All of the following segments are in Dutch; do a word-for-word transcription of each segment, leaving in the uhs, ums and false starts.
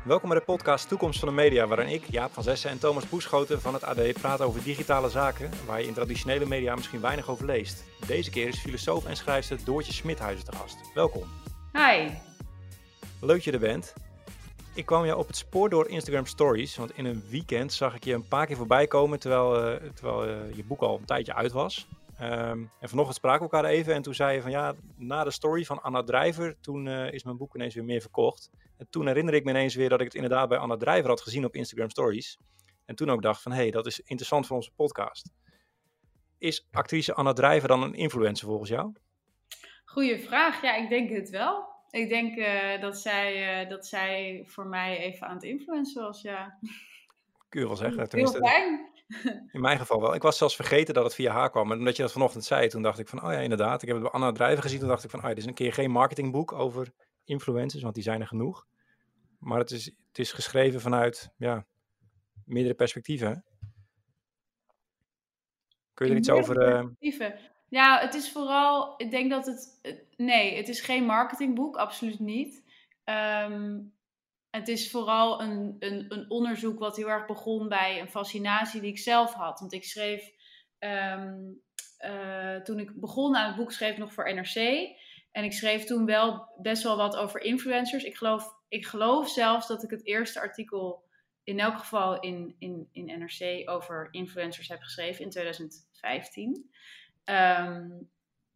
Welkom bij de podcast Toekomst van de Media, waarin ik, Jaap van Zessen en Thomas Boeschoten van het A D praten over digitale zaken, waar je in traditionele media misschien weinig over leest. Deze keer is filosoof en schrijfster Doortje Smithuizen te gast. Welkom. Hi. Leuk je er bent. Ik kwam jou op het spoor door Instagram Stories, want in een weekend zag ik je een paar keer voorbij komen terwijl, uh, terwijl uh, je boek al een tijdje uit was. Um, en vanochtend spraken we elkaar even en toen zei je van ja, na de story van Anna Drijver, toen uh, is mijn boek ineens weer meer verkocht. En toen herinnerde ik me ineens weer dat ik het inderdaad bij Anna Drijver had gezien op Instagram Stories. En toen ook dacht van hé, hey, dat is interessant voor onze podcast. Is actrice Anna Drijver dan een influencer volgens jou? Goeie vraag. Ja, ik denk het wel. Ik denk uh, dat, zij, uh, dat zij voor mij even aan het influencen was, ja. Kun je wel zeggen. Heel fijn. In mijn geval wel. Ik was zelfs vergeten dat het via haar kwam. En omdat je dat vanochtend zei, toen dacht ik van, oh ja, inderdaad. Ik heb het bij Anna Drijver gezien. Toen dacht ik van, oh ja, dit is een keer geen marketingboek over influencers, want die zijn er genoeg. Maar het is, het is geschreven vanuit, ja, meerdere perspectieven. Hè? Kun je er iets over... Perspectieven. Uh... Ja, het is vooral, ik denk dat het, nee, het is geen marketingboek, absoluut niet. Um, het is vooral een, een, een onderzoek wat heel erg begon bij een fascinatie die ik zelf had. Want ik schreef, um, uh, toen ik begon aan het boek, schreef ik nog voor N R C. En ik schreef toen wel best wel wat over influencers. Ik geloof, ik geloof zelfs dat ik het eerste artikel in elk geval in, in, in N R C over influencers heb geschreven in twintig vijftien. Um,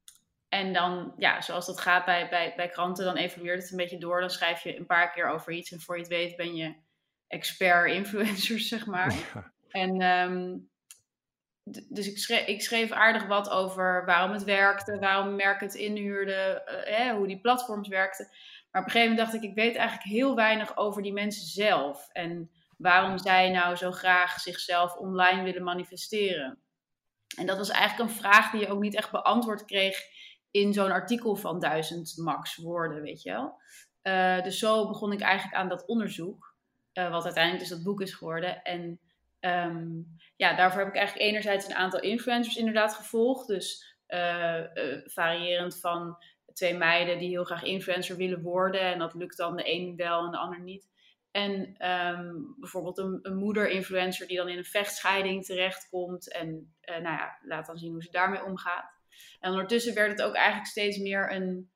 en dan, ja, zoals dat gaat bij, bij, bij kranten, dan evolueert het een beetje door. Dan schrijf je een paar keer over iets en voor je het weet ben je expert influencers, zeg maar. Ja. En um, d- dus ik schreef, ik schreef aardig wat over waarom het werkte, waarom merken het inhuurde, uh, eh, hoe die platforms werkten. Maar op een gegeven moment dacht ik, ik weet eigenlijk heel weinig over die mensen zelf. En waarom zij nou zo graag zichzelf online willen manifesteren. En dat was eigenlijk een vraag die je ook niet echt beantwoord kreeg in zo'n artikel van duizend max woorden, weet je wel. Uh, dus zo begon ik eigenlijk aan dat onderzoek, uh, wat uiteindelijk dus dat boek is geworden. En um, ja, daarvoor heb ik eigenlijk enerzijds een aantal influencers inderdaad gevolgd. Dus uh, uh, variërend van twee meiden die heel graag influencer willen worden. En dat lukt dan de een wel en de ander niet. En um, bijvoorbeeld een, een moeder-influencer die dan in een vechtscheiding terechtkomt. En uh, nou ja, laat dan zien hoe ze daarmee omgaat. En ondertussen werd het ook eigenlijk steeds meer een,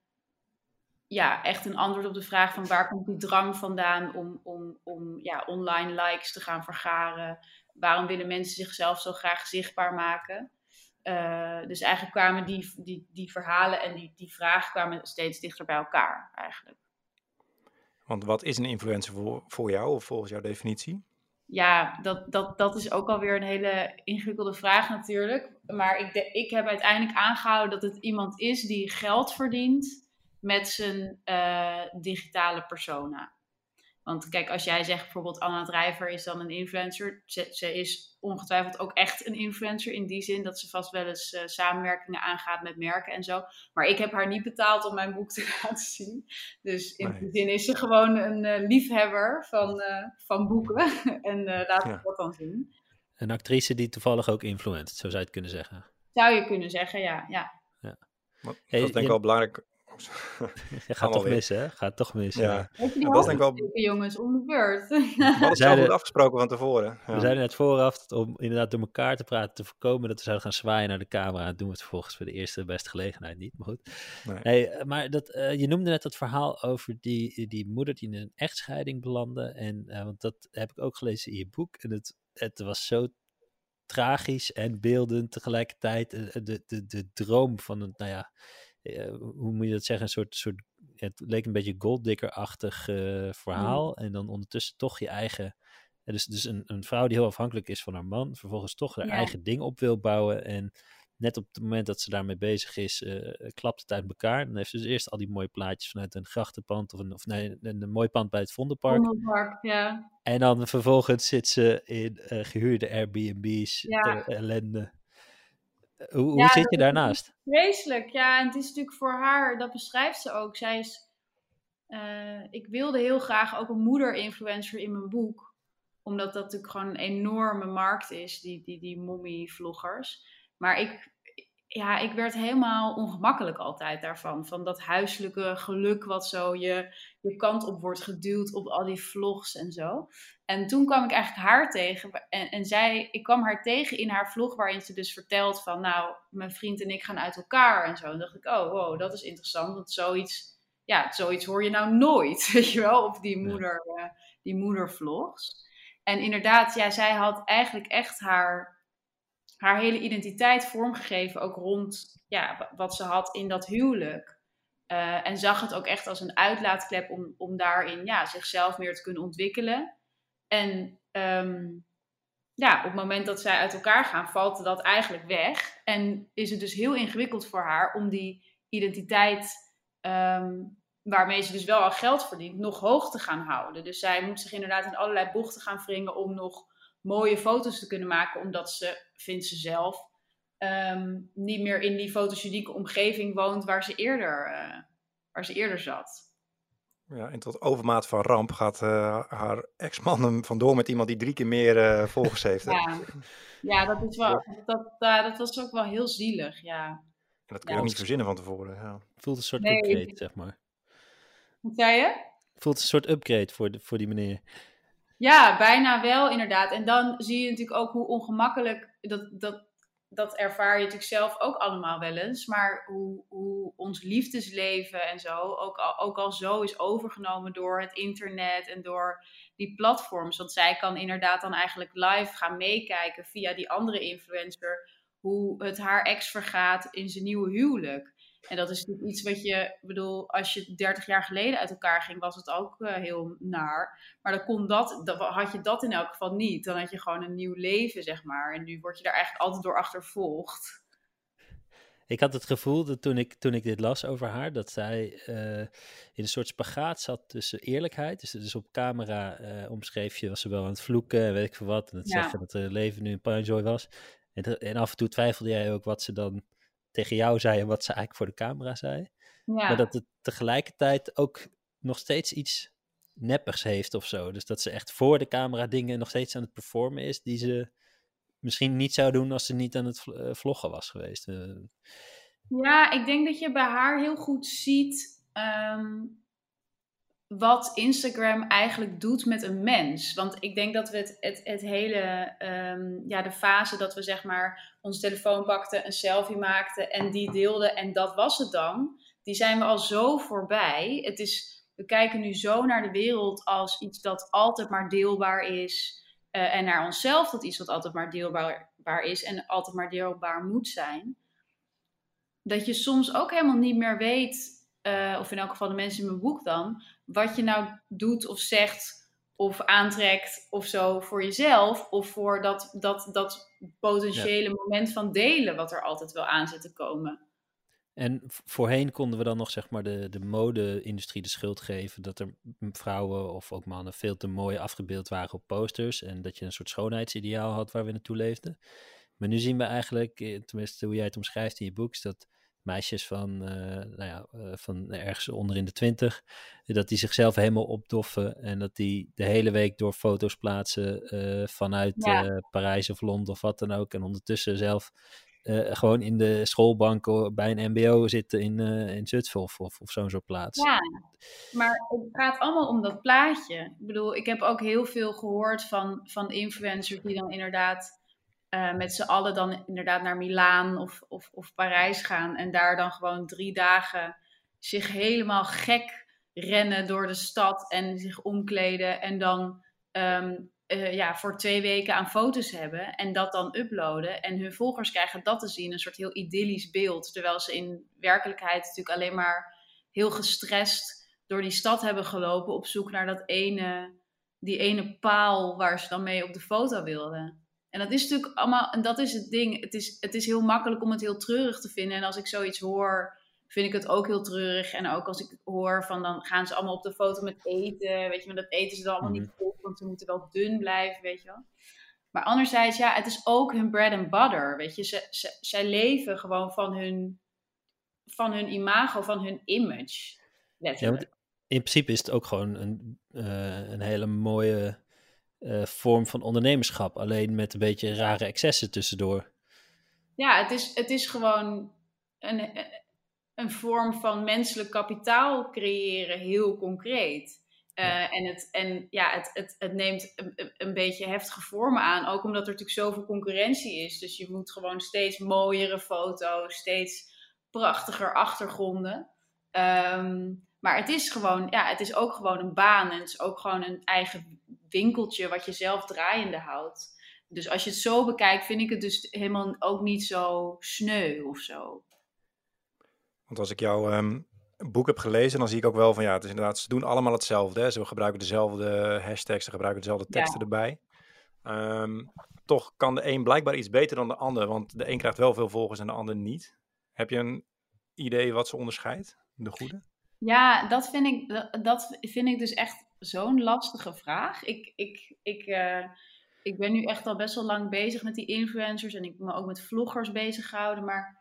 ja, echt een antwoord op de vraag van waar komt die drang vandaan om, om, om ja, online likes te gaan vergaren. Waarom willen mensen zichzelf zo graag zichtbaar maken? Uh, dus eigenlijk kwamen die, die, die verhalen en die, die vraag kwamen steeds dichter bij elkaar eigenlijk. Want wat is een influencer voor, voor jou of volgens jouw definitie? Ja, dat, dat, dat is ook alweer een hele ingewikkelde vraag natuurlijk. Maar ik, de, ik heb uiteindelijk aangehouden dat het iemand is die geld verdient met zijn uh, digitale persona. Want kijk, als jij zegt bijvoorbeeld Anna Drijver is dan een influencer. Ze, ze is ongetwijfeld ook echt een influencer in die zin dat ze vast wel eens uh, samenwerkingen aangaat met merken en zo. Maar ik heb haar niet betaald om mijn boek te laten zien. Dus in nee. die zin is ze gewoon een uh, liefhebber van, uh, van boeken. en uh, laat ik ja. dat dan zien. Een actrice die toevallig ook influenced, zo zou je het kunnen zeggen. Zou je kunnen zeggen, ja. ja. ja. Maar, hey, dat is denk ik je... wel belangrijk. Je gaat toch mis, hè? Gaat toch mis. Ja, ja. Heb je die dat denk wel... jongens om de beurt. We hadden het zelf goed afgesproken van tevoren. Ja. We zeiden net vooraf om inderdaad door elkaar te praten te voorkomen dat we zouden gaan zwaaien naar de camera. Dat doen we het vervolgens voor de eerste beste gelegenheid niet, maar goed. Nee. Nee, maar dat, uh, je noemde net dat verhaal over die, die moeder die in een echtscheiding belandde. En, uh, want dat heb ik ook gelezen in je boek. En het, het was zo tragisch en beeldend tegelijkertijd. Uh, de, de, de droom van een, nou ja... Uh, hoe moet je dat zeggen, een soort, soort het leek een beetje golddigger-achtig uh, verhaal. Mm. En dan ondertussen toch je eigen, uh, dus, dus een, een vrouw die heel afhankelijk is van haar man, vervolgens toch haar ja. eigen ding op wil bouwen. En net op het moment dat ze daarmee bezig is, uh, klapt het uit elkaar. Dan heeft ze dus eerst al die mooie plaatjes vanuit een grachtenpand, of een, of nee, een, een mooi pand bij het Vondelpark. Vondelpark, ja. En dan vervolgens zit ze in uh, gehuurde Airbnb's, ja. uh, ellende. Hoe, hoe ja, zit je daarnaast? Vreselijk, ja. En het is natuurlijk voor haar, dat beschrijft ze ook. Zij is, uh, ik wilde heel graag ook een moeder-influencer in mijn boek. Omdat dat natuurlijk gewoon een enorme markt is, die, die, die mommy-vloggers. Maar ik, ja, ik werd helemaal ongemakkelijk altijd daarvan. Van dat huiselijke geluk wat zo je, je kant op wordt geduwd op al die vlogs en zo. En toen kwam ik eigenlijk haar tegen. En, en zij, ik kwam haar tegen in haar vlog waarin ze dus vertelt van... nou, mijn vriend en ik gaan uit elkaar en zo. En dan dacht ik, oh wow, dat is interessant. Want zoiets, ja, zoiets hoor je nou nooit, weet je wel, op die, moeder, uh, die moedervlogs. En inderdaad, ja, zij had eigenlijk echt haar... haar hele identiteit vormgegeven, ook rond ja, wat ze had in dat huwelijk. Uh, en zag het ook echt als een uitlaatklep om, om daarin ja, zichzelf meer te kunnen ontwikkelen. En um, ja, op het moment dat zij uit elkaar gaan, valt dat eigenlijk weg. En is het dus heel ingewikkeld voor haar om die identiteit, um, waarmee ze dus wel al geld verdient, nog hoog te gaan houden. Dus zij moet zich inderdaad in allerlei bochten gaan wringen om nog mooie foto's te kunnen maken, omdat ze, vindt ze zelf, um, niet meer in die fotogenieke omgeving woont waar ze eerder, uh, waar ze eerder zat. Ja, en tot overmaat van ramp gaat uh, haar ex-man vandoor met iemand die drie keer meer uh, volgers heeft. Ja. ja, dat is wel, dat, uh, dat was ook wel heel zielig, ja. En dat kun je ja. ook niet verzinnen van tevoren. Ja. Voelt een soort nee, upgrade, ik... zeg maar. Wat zei je? Voelt een soort upgrade voor, de, voor die meneer. Ja, bijna wel inderdaad. En dan zie je natuurlijk ook hoe ongemakkelijk, dat, dat, dat ervaar je natuurlijk zelf ook allemaal wel eens, maar hoe, hoe ons liefdesleven en zo ook al, ook al zo is overgenomen door het internet en door die platforms. Want zij kan inderdaad dan eigenlijk live gaan meekijken via die andere influencer hoe het haar ex vergaat in zijn nieuwe huwelijk. En dat is natuurlijk iets wat je, ik bedoel, als je dertig jaar geleden uit elkaar ging, was het ook uh, heel naar. Maar dan kon dat, dan had je dat in elk geval niet. Dan had je gewoon een nieuw leven, zeg maar. En nu word je daar eigenlijk altijd door achtervolgd. Ik had het gevoel dat toen ik, toen ik dit las over haar, dat zij uh, in een soort spagaat zat tussen eerlijkheid. Dus, dus op camera uh, omschreef je, was ze wel aan het vloeken en weet ik veel wat. En het ja. zeggen dat haar leven nu een puinzooi was. En, en af en toe twijfelde jij ook wat ze dan tegen jou zei en wat ze eigenlijk voor de camera zei. Ja. Maar dat het tegelijkertijd ook nog steeds iets neppigs heeft of zo. Dus dat ze echt voor de camera dingen nog steeds aan het performen is die ze misschien niet zou doen als ze niet aan het vloggen was geweest. Uh. Ja, ik denk dat je bij haar heel goed ziet um, wat Instagram eigenlijk doet met een mens. Want ik denk dat we het, het, het hele, um, ja, de fase dat we zeg maar onze telefoon pakten, een selfie maakten en die deelden en dat was het dan. Die zijn we al zo voorbij. Het is, we kijken nu zo naar de wereld als iets dat altijd maar deelbaar is. Uh, en naar onszelf dat iets wat altijd maar deelbaar is en altijd maar deelbaar moet zijn. Dat je soms ook helemaal niet meer weet, uh, of in elk geval de mensen in mijn boek dan, wat je nou doet of zegt of aantrekt of zo voor jezelf. Of voor dat, dat, dat potentiële ja. moment van delen wat er altijd wel aan zit te komen. En voorheen konden we dan nog zeg maar de, de mode-industrie de schuld geven dat er vrouwen of ook mannen veel te mooi afgebeeld waren op posters en dat je een soort schoonheidsideaal had waar we naartoe leefden. Maar nu zien we eigenlijk, tenminste hoe jij het omschrijft in je boek, dat meisjes van, uh, nou ja, uh, van ergens onder in de twintig, dat die zichzelf helemaal opdoffen en dat die de hele week door foto's plaatsen uh, vanuit ja. uh, Parijs of Londen of wat dan ook en ondertussen zelf Uh, gewoon in de schoolbanken bij een mbo zitten in, uh, in Zutphen of, of, of zo'n soort plaats. Ja, maar het gaat allemaal om dat plaatje. Ik bedoel, ik heb ook heel veel gehoord van, van influencers die dan inderdaad uh, met z'n allen dan inderdaad naar Milaan of, of, of Parijs gaan en daar dan gewoon drie dagen zich helemaal gek rennen door de stad en zich omkleden en dan Um, Uh, ja, voor twee weken aan foto's hebben en dat dan uploaden. En hun volgers krijgen dat te zien, een soort heel idyllisch beeld. Terwijl ze in werkelijkheid natuurlijk alleen maar heel gestrest door die stad hebben gelopen op zoek naar dat ene, die ene paal waar ze dan mee op de foto wilden. En dat is natuurlijk allemaal, en dat is het ding. Het is, het is heel makkelijk om het heel treurig te vinden. En als ik zoiets hoor, vind ik het ook heel treurig. En ook als ik hoor van dan gaan ze allemaal op de foto met eten. Weet je, maar dat eten ze dan allemaal niet op, want ze moeten wel dun blijven, weet je wel. Maar anderzijds, ja, het is ook hun bread and butter, weet je. Ze, ze, zij leven gewoon van hun, van hun imago, van hun image. Letterlijk. Ja, in principe is het ook gewoon een, uh, een hele mooie uh, vorm van ondernemerschap. Alleen met een beetje rare excessen tussendoor. ja, het is, het is gewoon een, een vorm van menselijk kapitaal creëren, heel concreet. Uh, ja. En, het, en ja, het, het, het neemt een, een beetje heftige vormen aan, ook omdat er natuurlijk zoveel concurrentie is. Dus je moet gewoon steeds mooiere foto's, steeds prachtiger achtergronden. Um, maar het is gewoon, ja, het is ook gewoon een baan en het is ook gewoon een eigen winkeltje wat je zelf draaiende houdt. Dus als je het zo bekijkt, vind ik het dus helemaal ook niet zo sneu of zo. Want als ik jouw um, boek heb gelezen, dan zie ik ook wel van ja, het is inderdaad, ze doen allemaal hetzelfde. Hè? Ze gebruiken dezelfde hashtags, ze gebruiken dezelfde teksten ja. erbij. Um, toch kan de een blijkbaar iets beter dan de ander, want de een krijgt wel veel volgers en de ander niet. Heb je een idee wat ze onderscheidt, de goede? Ja, dat vind ik, dat vind ik dus echt zo'n lastige vraag. Ik, ik, ik, uh, ik ben nu echt al best wel lang bezig met die influencers en ik me ook met vloggers bezig gehouden, maar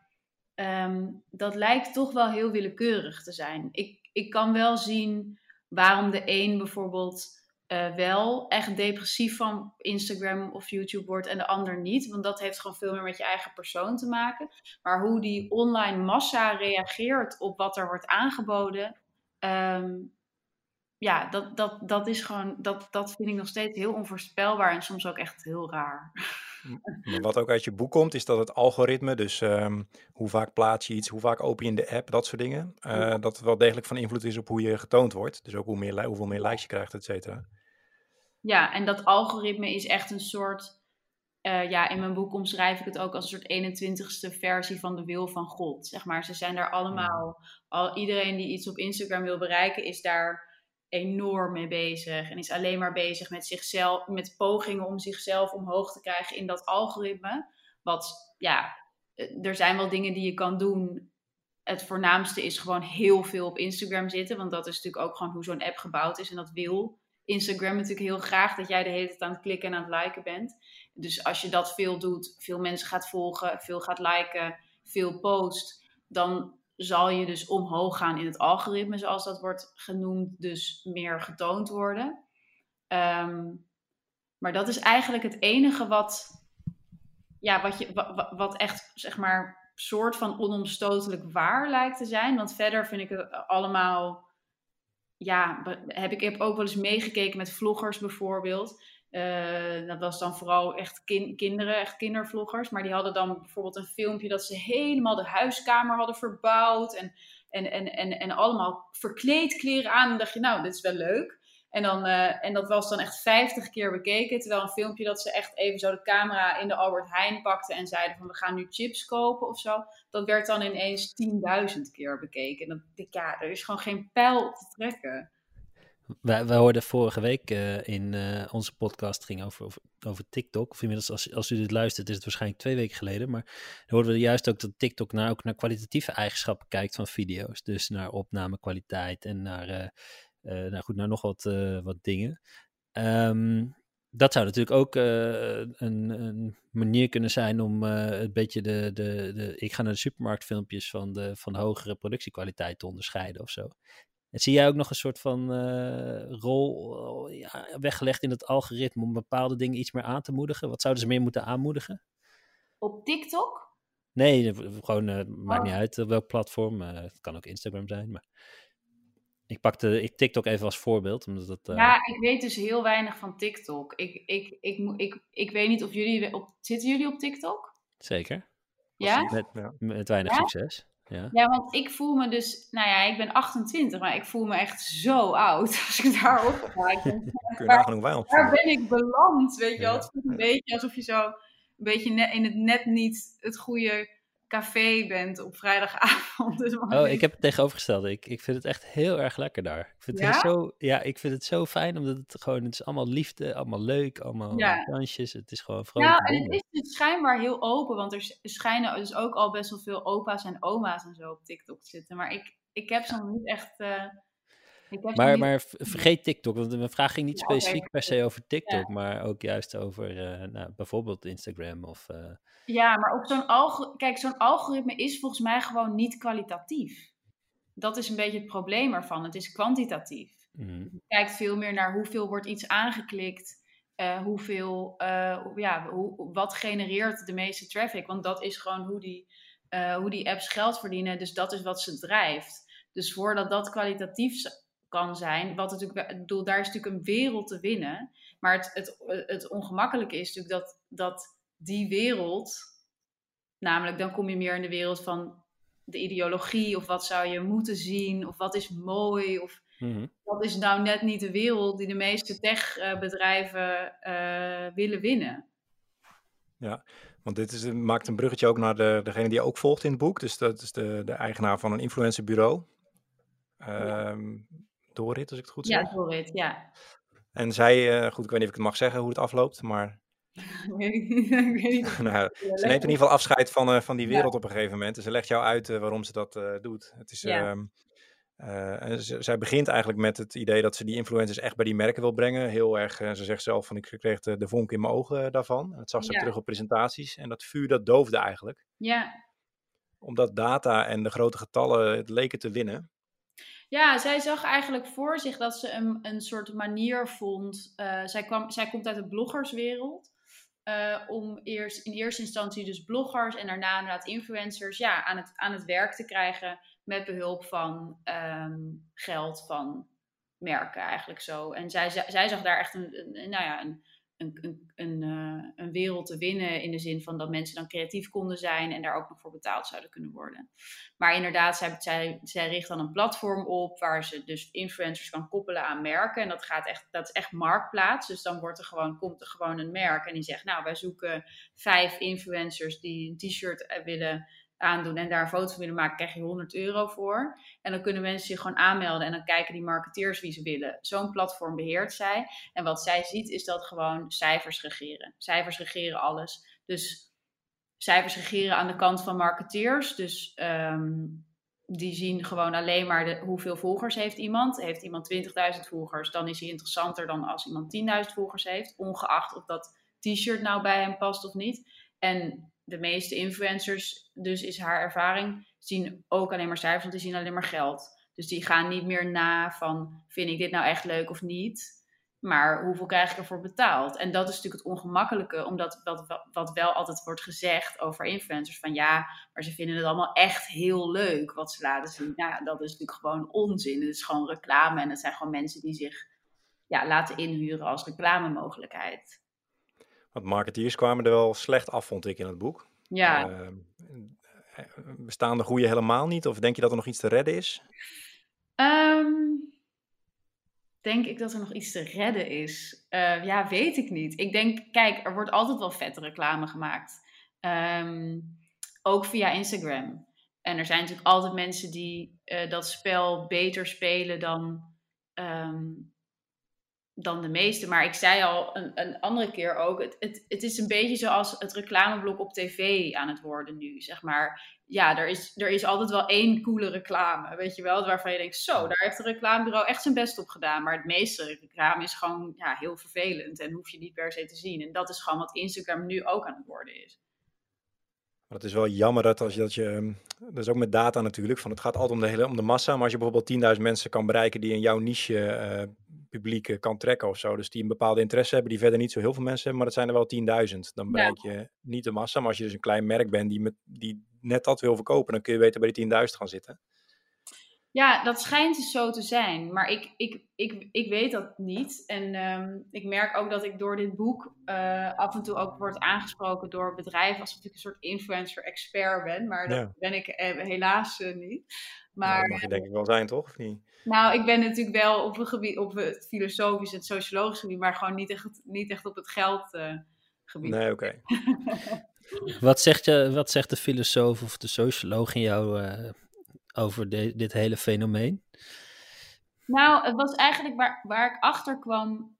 um, dat lijkt toch wel heel willekeurig te zijn. Ik, ik kan wel zien waarom de een bijvoorbeeld uh, wel echt depressief van Instagram of YouTube wordt en de ander niet, want dat heeft gewoon veel meer met je eigen persoon te maken. Maar hoe die online massa reageert op wat er wordt aangeboden, um, ja, dat, dat, dat is gewoon, dat, dat vind ik nog steeds heel onvoorspelbaar en soms ook echt heel raar. Maar wat ook uit je boek komt, is dat het algoritme, dus um, hoe vaak plaats je iets, hoe vaak open je in de app, dat soort dingen, uh, ja. dat het wel degelijk van invloed is op hoe je getoond wordt. Dus ook hoe meer, hoeveel meer likes je krijgt, et cetera. Ja, en dat algoritme is echt een soort, uh, ja, in mijn boek omschrijf ik het ook als een soort eenentwintigste versie van de wil van God. Zeg maar, ze zijn daar allemaal, al, iedereen die iets op Instagram wil bereiken, is daar enorm mee bezig en is alleen maar bezig met zichzelf, met pogingen om zichzelf omhoog te krijgen in dat algoritme. Wat, ja, er zijn wel dingen die je kan doen. Het voornaamste is gewoon heel veel op Instagram zitten, want dat is natuurlijk ook gewoon hoe zo'n app gebouwd is en dat wil Instagram natuurlijk heel graag, dat jij de hele tijd aan het klikken en aan het liken bent. Dus als je dat veel doet, veel mensen gaat volgen, veel gaat liken, veel post, dan zal je dus omhoog gaan in het algoritme, zoals dat wordt genoemd, dus meer getoond worden. Um, maar dat is eigenlijk het enige wat, ja, wat, je, wat, wat echt, zeg maar, soort van onomstotelijk waar lijkt te zijn. Want verder vind ik het allemaal, ja, heb ik heb ook wel eens meegekeken met vloggers bijvoorbeeld. Uh, dat was dan vooral echt kin- kinderen, echt kindervloggers. Maar die hadden dan bijvoorbeeld een filmpje dat ze helemaal de huiskamer hadden verbouwd. En, en, en, en, en allemaal verkleedkleren aan. En dan dacht je, nou, dit is wel leuk. En, dan, uh, en dat was dan echt vijftig keer bekeken. Terwijl een filmpje dat ze echt even zo de camera in de Albert Heijn pakten. En zeiden van, we gaan nu chips kopen of zo. Dat werd dan ineens tienduizend keer bekeken. En dan denk ik, ja, er is gewoon geen pijl te trekken. Wij, wij hoorden vorige week uh, in uh, onze podcast, ging over, over, over TikTok. Of inmiddels, als, als u dit luistert, is het waarschijnlijk twee weken geleden. Maar dan hoorden we juist ook dat TikTok naar, ook naar kwalitatieve eigenschappen kijkt van video's. Dus naar opnamekwaliteit en naar, uh, uh, nou goed, naar nog wat, uh, wat dingen. Um, dat zou natuurlijk ook uh, een, een manier kunnen zijn om uh, een beetje de, de, de... Ik ga naar de supermarktfilmpjes van de, van de hogere productiekwaliteit te onderscheiden of zo. En zie jij ook nog een soort van uh, rol uh, ja, weggelegd in het algoritme om bepaalde dingen iets meer aan te moedigen? Wat zouden ze meer moeten aanmoedigen? Op TikTok? Nee, gewoon, uh, maakt oh. niet uit uh, welk platform. Uh, het kan ook Instagram zijn, maar ik pakte ik TikTok even als voorbeeld. Omdat dat, uh... Ja, ik weet dus heel weinig van TikTok. Ik, ik, ik, ik, ik, ik weet niet of jullie... Op, zitten jullie op TikTok? Zeker. Ja? Met, ja. met weinig ja? succes. Ja. ja, want ik voel me dus... Nou ja, ik ben achtentwintig, maar ik voel me echt zo oud als ik daarop ga. Kun je nagenoeg bij ons Waar ben ik beland, weet je wel? Ja. Het voelt een ja. beetje alsof je zo... Een beetje net, in het net niet het goede café bent op vrijdagavond. Dus oh, ik heb het tegenovergestelde. Ik, ik vind het echt heel erg lekker daar. Ik vind het ja? Zo, ja, ik vind het zo fijn, omdat het gewoon... Het is allemaal liefde, allemaal leuk, allemaal ja. dansjes. Het is gewoon vrolijk. Nou, en het is dus schijnbaar heel open, want er schijnen dus ook al best wel veel opa's en oma's en zo op TikTok zitten. Maar ik, ik heb ze nog niet echt... Uh, ik heb maar, niet... maar vergeet TikTok, want mijn vraag ging niet ja, specifiek okay. per se over TikTok, ja. maar ook juist over uh, nou, bijvoorbeeld Instagram of... Uh... Ja, maar op zo'n algoritme... Kijk, zo'n algoritme is volgens mij gewoon niet kwalitatief. Dat is een beetje het probleem ervan. Het is kwantitatief. Mm-hmm. Je kijkt veel meer naar hoeveel wordt iets aangeklikt uh, hoeveel, uh, ja, hoe, wat genereert de meeste traffic? Want dat is gewoon hoe die, uh, hoe die apps geld verdienen. Dus dat is wat ze drijft. Dus voordat dat kwalitatief kan zijn, wat natuurlijk, ik bedoel, daar is natuurlijk een wereld te winnen. Maar het, het, het ongemakkelijke is natuurlijk dat, dat die wereld, namelijk dan kom je meer in de wereld van de ideologie, of wat zou je moeten zien, of wat is mooi, of mm-hmm. dat is nou net niet de wereld die de meeste techbedrijven uh, willen winnen. Ja, want dit is, maakt een bruggetje ook naar de, degene die je ook volgt in het boek. Dus dat is de, de eigenaar van een influencerbureau. Um, ja. Dorit, als ik het goed zeg. Ja, Dorit, ja. En zij, uh, goed, ik weet niet of ik het mag zeggen hoe het afloopt, maar... weet ik niet. Ik weet niet. nou, ze neemt in ieder geval afscheid van, uh, van die wereld ja. op een gegeven moment. En ze legt jou uit uh, waarom ze dat uh, doet. Het is, ja. uh, uh, z- zij begint eigenlijk met het idee dat ze die influencers echt bij die merken wil brengen. Heel erg, uh, ze zegt zelf van ik kreeg de, de vonk in mijn ogen uh, daarvan. En dat zag ze ja. ook terug op presentaties. En dat vuur dat doofde eigenlijk. Ja. Omdat data en de grote getallen het leken te winnen. Ja, zij zag eigenlijk voor zich dat ze een, een soort manier vond. Uh, zij, kwam, zij komt uit de bloggerswereld. Uh, om eerst in eerste instantie dus bloggers en daarna inderdaad influencers ja, aan, het, aan het werk te krijgen met behulp van um, geld van merken eigenlijk zo. En zij, zij zag daar echt een, een, nou ja, een, een, een, een, uh, een wereld te winnen in de zin van dat mensen dan creatief konden zijn en daar ook nog voor betaald zouden kunnen worden. Maar inderdaad, zij, zij, zij richt dan een platform op waar ze dus influencers kan koppelen aan merken. En dat gaat echt, dat is echt marktplaats. Dus dan wordt er gewoon, komt er gewoon een merk en die zegt, nou, wij zoeken vijf influencers die een t-shirt willen aandoen en daar een foto van willen maken, krijg je honderd euro voor. En dan kunnen mensen zich gewoon aanmelden en dan kijken die marketeers wie ze willen. Zo'n platform beheert zij. En wat zij ziet is dat gewoon cijfers regeren. Cijfers regeren alles. Dus cijfers regeren aan de kant van marketeers. Dus um, die zien gewoon alleen maar de, hoeveel volgers heeft iemand. Heeft iemand twintigduizend volgers, dan is hij interessanter dan als iemand tienduizend volgers heeft. Ongeacht of dat t-shirt nou bij hem past of niet. En de meeste influencers, dus is haar ervaring, zien ook alleen maar cijfers, want die zien alleen maar geld. Dus die gaan niet meer na van, vind ik dit nou echt leuk of niet? Maar hoeveel krijg ik ervoor betaald? En dat is natuurlijk het ongemakkelijke, omdat wat, wat wel altijd wordt gezegd over influencers, van ja, maar ze vinden het allemaal echt heel leuk wat ze laten zien. Nou ja, dat is natuurlijk gewoon onzin. Het is gewoon reclame en het zijn gewoon mensen die zich ja, laten inhuren als reclamemogelijkheid. Want marketeers kwamen er wel slecht af, vond ik in het boek. Ja. Uh, bestaan de goede helemaal niet? Of denk je dat er nog iets te redden is? Um, denk ik dat er nog iets te redden is? Uh, ja, weet ik niet. Ik denk, kijk, er wordt altijd wel vette reclame gemaakt. Um, ook via Instagram. En er zijn natuurlijk altijd mensen die uh, dat spel beter spelen dan... Um, dan de meeste. Maar ik zei al een, een andere keer ook, het, het, het is een beetje zoals het reclameblok op tv aan het worden nu, zeg maar. Ja, er is, er is altijd wel één coole reclame, weet je wel, waarvan je denkt, zo, daar heeft het reclamebureau echt zijn best op gedaan. Maar het meeste reclame is gewoon ja, heel vervelend en hoef je niet per se te zien. En dat is gewoon wat Instagram nu ook aan het worden is. Maar het is wel jammer dat als je dat je, dat is ook met data natuurlijk, van het gaat altijd om de hele, om de massa, maar als je bijvoorbeeld tienduizend mensen kan bereiken die in jouw niche uh, publiek kan trekken of zo, dus die een bepaalde interesse hebben, die verder niet zo heel veel mensen hebben, maar dat zijn er wel tienduizend. Dan bereik je ja. niet de massa, maar als je dus een klein merk bent die, met, die net dat wil verkopen, dan kun je beter bij die tienduizend gaan zitten. Ja, dat schijnt dus zo te zijn, maar ik, ik, ik, ik weet dat niet. En um, ik merk ook dat ik door dit boek uh, af en toe ook word aangesproken door bedrijven alsof ik een soort influencer-expert ben, maar dat ja. ben ik uh, helaas uh, niet. Maar, nou, dat mag je denk ik wel zijn, toch? Of niet? Nou, ik ben natuurlijk wel op, een gebied, op het filosofisch en het sociologisch gebied, maar gewoon niet echt, niet echt op het geld uh, gebied. Nee, oké. Okay. wat, zegt je, wat zegt de filosoof of de socioloog in jou uh, over de, dit hele fenomeen? Nou, het was eigenlijk waar, waar ik achter kwam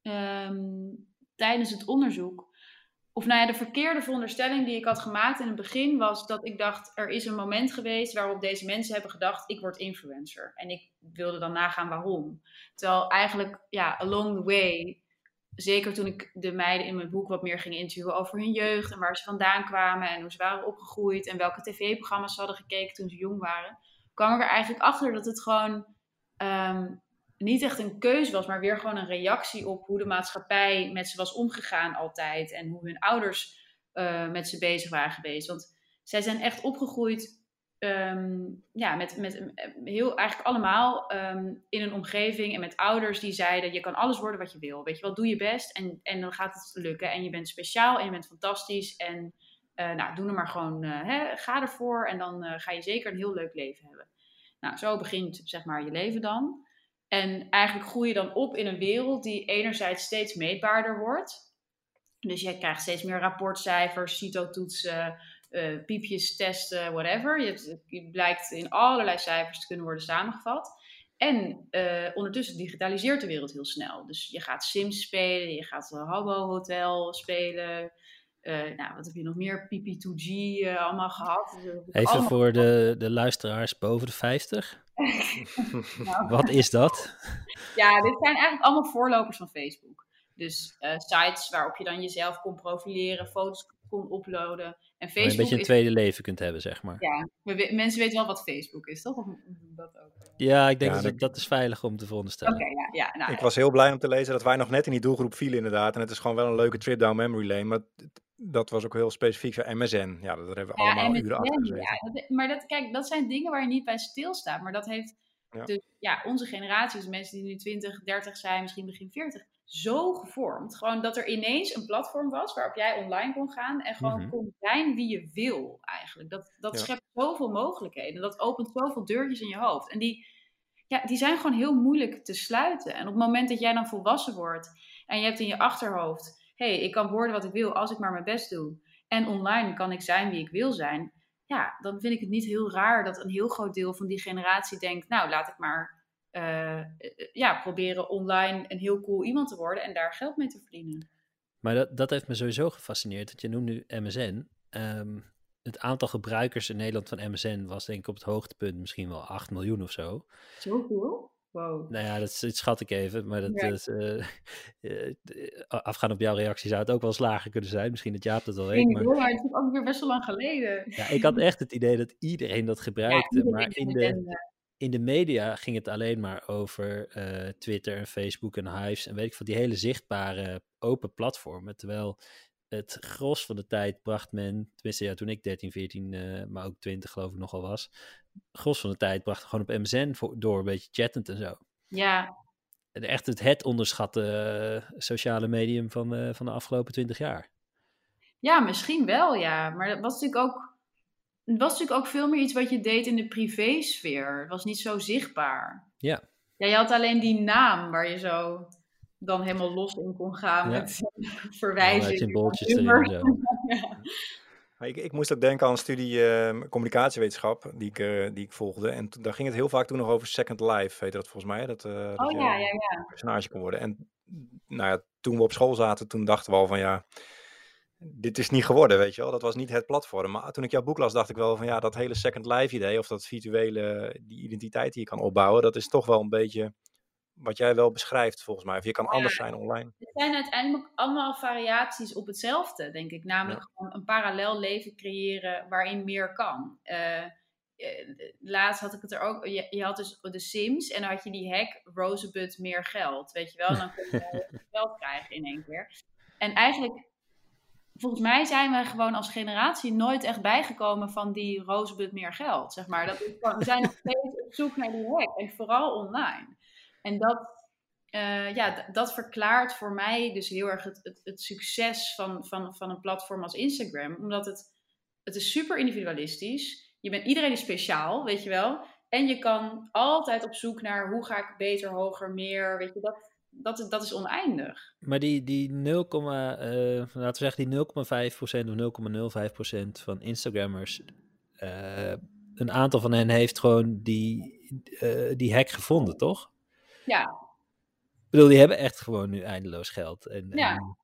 um, tijdens het onderzoek. Of nou ja, de verkeerde veronderstelling die ik had gemaakt in het begin was dat ik dacht, er is een moment geweest waarop deze mensen hebben gedacht, ik word influencer. En ik wilde dan nagaan waarom. Terwijl eigenlijk, ja, along the way, zeker toen ik de meiden in mijn boek wat meer ging interviewen over hun jeugd en waar ze vandaan kwamen en hoe ze waren opgegroeid en welke tv-programma's ze hadden gekeken toen ze jong waren, kwam ik er eigenlijk achter dat het gewoon um, niet echt een keus was, maar weer gewoon een reactie op hoe de maatschappij met ze was omgegaan altijd. En hoe hun ouders uh, met ze bezig waren geweest. Want zij zijn echt opgegroeid um, ja, met, met heel, eigenlijk allemaal um, in een omgeving en met ouders die zeiden, je kan alles worden wat je wil. Weet je wel, doe je best en, en dan gaat het lukken. En je bent speciaal en je bent fantastisch en uh, nou, doe er maar gewoon, uh, hè, ga ervoor en dan uh, ga je zeker een heel leuk leven hebben. Nou, zo begint zeg maar je leven dan. En eigenlijk groei je dan op in een wereld die enerzijds steeds meetbaarder wordt. Dus je krijgt steeds meer rapportcijfers, CITO-toetsen, uh, piepjes testen, whatever. Je, hebt, je blijkt in allerlei cijfers te kunnen worden samengevat. En uh, ondertussen digitaliseert de wereld heel snel. Dus je gaat Sims spelen, je gaat uh, Habbo Hotel spelen. Uh, nou, wat heb je nog meer? P P twee G uh, allemaal gehad. Uh, Even allemaal voor de, de luisteraars boven de vijftig. Nou. Wat is dat? Ja, dit zijn eigenlijk allemaal voorlopers van Facebook. Dus uh, sites waarop je dan jezelf kon profileren, foto's kon uploaden. En Facebook een beetje een is... tweede leven kunt hebben, zeg maar. Ja, we, mensen weten wel wat Facebook is, toch? Of dat ook? Ja, ik denk ja, dat ik... dat is veilig om te veronderstellen. Oké, okay, ja. ja nou, ik was heel blij om te lezen dat wij nog net in die doelgroep vielen inderdaad. En het is gewoon wel een leuke trip down memory lane. Maar dat was ook heel specifiek voor M S N. Ja, daar hebben we ja, allemaal M S N, uren achter gezeten. Ja, dat, maar dat, kijk, dat zijn dingen waar je niet bij stilstaat. Maar dat heeft ja. Dus ja, onze generatie, dus mensen die nu twintig, dertig zijn, misschien begin veertig, zo gevormd. Gewoon dat er ineens een platform was waarop jij online kon gaan en gewoon mm-hmm. kon zijn wie je wil eigenlijk. Dat, dat ja. schept zoveel mogelijkheden. Dat opent zoveel deurtjes in je hoofd. En die, ja, die zijn gewoon heel moeilijk te sluiten. En op het moment dat jij dan volwassen wordt en je hebt in je achterhoofd, hé, hey, ik kan worden wat ik wil als ik maar mijn best doe. En online kan ik zijn wie ik wil zijn. Ja, dan vind ik het niet heel raar dat een heel groot deel van die generatie denkt, nou, laat ik maar uh, ja, proberen online een heel cool iemand te worden en daar geld mee te verdienen. Maar dat, dat heeft me sowieso gefascineerd, want je noemt nu M S N. Um, het aantal gebruikers in Nederland van M S N was denk ik op het hoogtepunt misschien wel acht miljoen of zo. Zoveel? Wow. Nou ja, dat, dat schat ik even, maar dat, ja. dat uh, uh, afgaan op jouw reactie zou het ook wel eens lager kunnen zijn. Misschien dat Jaap dat wel weet. Maar... maar het is ook weer best wel lang geleden. Ja, ik had echt het idee dat iedereen dat gebruikte, ja, maar in de, in de media ging het alleen maar over uh, Twitter en Facebook en Hives en weet ik veel, die hele zichtbare open platformen, terwijl het gros van de tijd bracht men, tenminste ja, toen ik dertien, veertien, uh, maar ook twintig geloof ik nogal was, gros van de tijd bracht gewoon op M S N voor, door, een beetje chattend en zo. Ja. Echt het, het onderschatte uh, sociale medium van, uh, van de afgelopen twintig jaar. Ja, misschien wel, ja. Maar dat was natuurlijk ook, het was natuurlijk ook veel meer iets wat je deed in de privésfeer. Het was niet zo zichtbaar. Ja. Ja, je had alleen die naam waar je zo dan helemaal los in kon gaan ja. met verwijzingen. Symbooltjes erin zo. Ja. Ik, ik moest ook denken aan een studie uh, communicatiewetenschap die ik, uh, die ik volgde. En t- daar ging het heel vaak toen nog over Second Life, heet dat volgens mij. Dat, uh, oh dat je ja, ja, ja. een personage kon worden. En nou ja, toen we op school zaten, toen dachten we al van ja, dit is niet geworden, weet je wel. Dat was niet het platform. Maar toen ik jouw boek las, dacht ik wel van ja, dat hele Second Life idee, of dat virtuele, die identiteit die je kan opbouwen, dat is toch wel een beetje wat jij wel beschrijft volgens mij. Of je kan ja, anders zijn online. Het zijn uiteindelijk allemaal variaties op hetzelfde, denk ik. Namelijk ja. gewoon een parallel leven creëren waarin meer kan. Uh, laatst had ik het er ook... Je, je had dus de Sims en dan had je die hack Rosebud meer geld. Weet je wel? En dan kun je geld krijgen in één keer. En eigenlijk... Volgens mij zijn we gewoon als generatie nooit echt bijgekomen van die Rosebud meer geld, zeg maar. Dat is gewoon, we zijn nog steeds op zoek naar die hack. En vooral online. En dat, uh, ja, d- dat verklaart voor mij dus heel erg het, het, het succes van, van, van een platform als Instagram. Omdat het, het is super individualistisch. Je bent, iedereen is speciaal, weet je wel. En je kan altijd op zoek naar hoe ga ik beter, hoger, meer. Weet je, dat, dat, dat is oneindig. Maar die, die nul, uh, laten we zeggen die nul komma vijf procent of nul komma nul vijf procent van Instagrammers... Uh, een aantal van hen heeft gewoon die, uh, die hack gevonden, toch? Ja. Ik bedoel, die hebben echt gewoon nu eindeloos geld. En, ja. En...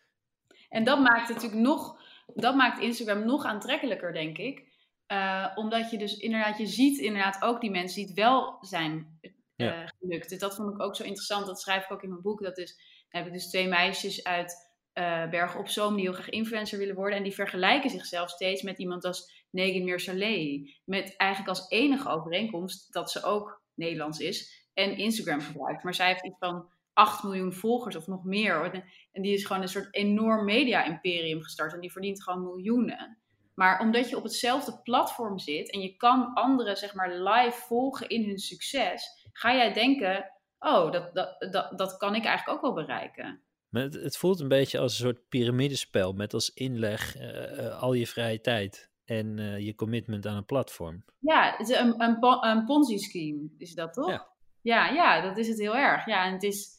en dat maakt het natuurlijk nog, dat maakt Instagram nog aantrekkelijker, denk ik. Uh, omdat je dus inderdaad, je ziet inderdaad ook die mensen die het wel zijn uh, ja. gelukt. Dus dat vond ik ook zo interessant, dat schrijf ik ook in mijn boek. Dat is, dan heb ik dus twee meisjes uit uh, Bergen op Zoom die heel graag influencer willen worden. En die vergelijken zichzelf steeds met iemand als Negin Mirsaleh. Met eigenlijk als enige overeenkomst dat ze ook Nederlands is en Instagram gebruikt. Maar zij heeft iets van acht miljoen volgers of nog meer. En die is gewoon een soort enorm media-imperium gestart. En die verdient gewoon miljoenen. Maar omdat je op hetzelfde platform zit en je kan anderen zeg maar live volgen in hun succes, ga jij denken, oh, dat, dat, dat, dat kan ik eigenlijk ook wel bereiken. Maar het, het voelt een beetje als een soort piramidespel met als inleg uh, uh, al je vrije tijd en uh, je commitment aan een platform. Ja, het is een, een, een Ponzi-scheme is dat toch? Ja. ja, ja, dat is het heel erg. Ja, en het is...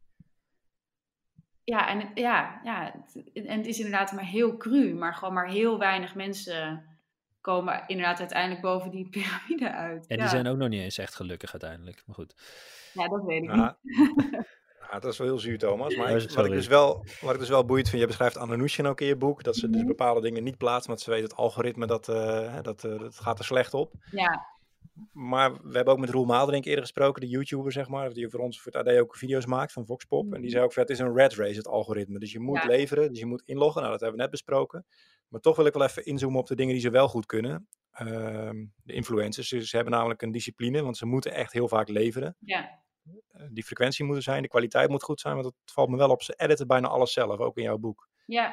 Ja, en het, ja, ja, en het is inderdaad maar heel cru, maar gewoon maar heel weinig mensen komen inderdaad uiteindelijk boven die piramide uit. En ja. die zijn ook nog niet eens echt gelukkig uiteindelijk, maar goed. Ja, dat weet ik ja. niet. Ja, dat is wel heel zuur, Thomas. Maar Oh, ik, wat, ik dus wel, wat ik dus wel boeiend vind, je beschrijft Ananushin ook in je boek, dat ze Mm-hmm. dus bepaalde dingen niet plaatsen, want ze weet het algoritme, dat, uh, dat, uh, dat gaat er slecht op. Ja. Maar we hebben ook met Roel Maalderink eerder gesproken, de YouTuber zeg maar, die voor ons voor het A D ook video's maakt van Voxpop. Mm-hmm. En die zei ook, het is een rat race, het algoritme. Dus je moet ja. leveren, dus je moet inloggen. Nou, dat hebben we net besproken. Maar toch wil ik wel even inzoomen op de dingen die ze wel goed kunnen. Uh, de influencers, ze, ze hebben namelijk een discipline, want ze moeten echt heel vaak leveren. Ja. Die frequentie moet er zijn, de kwaliteit moet goed zijn, want het valt me wel op. Ze editen bijna alles zelf, ook in jouw boek. Ja.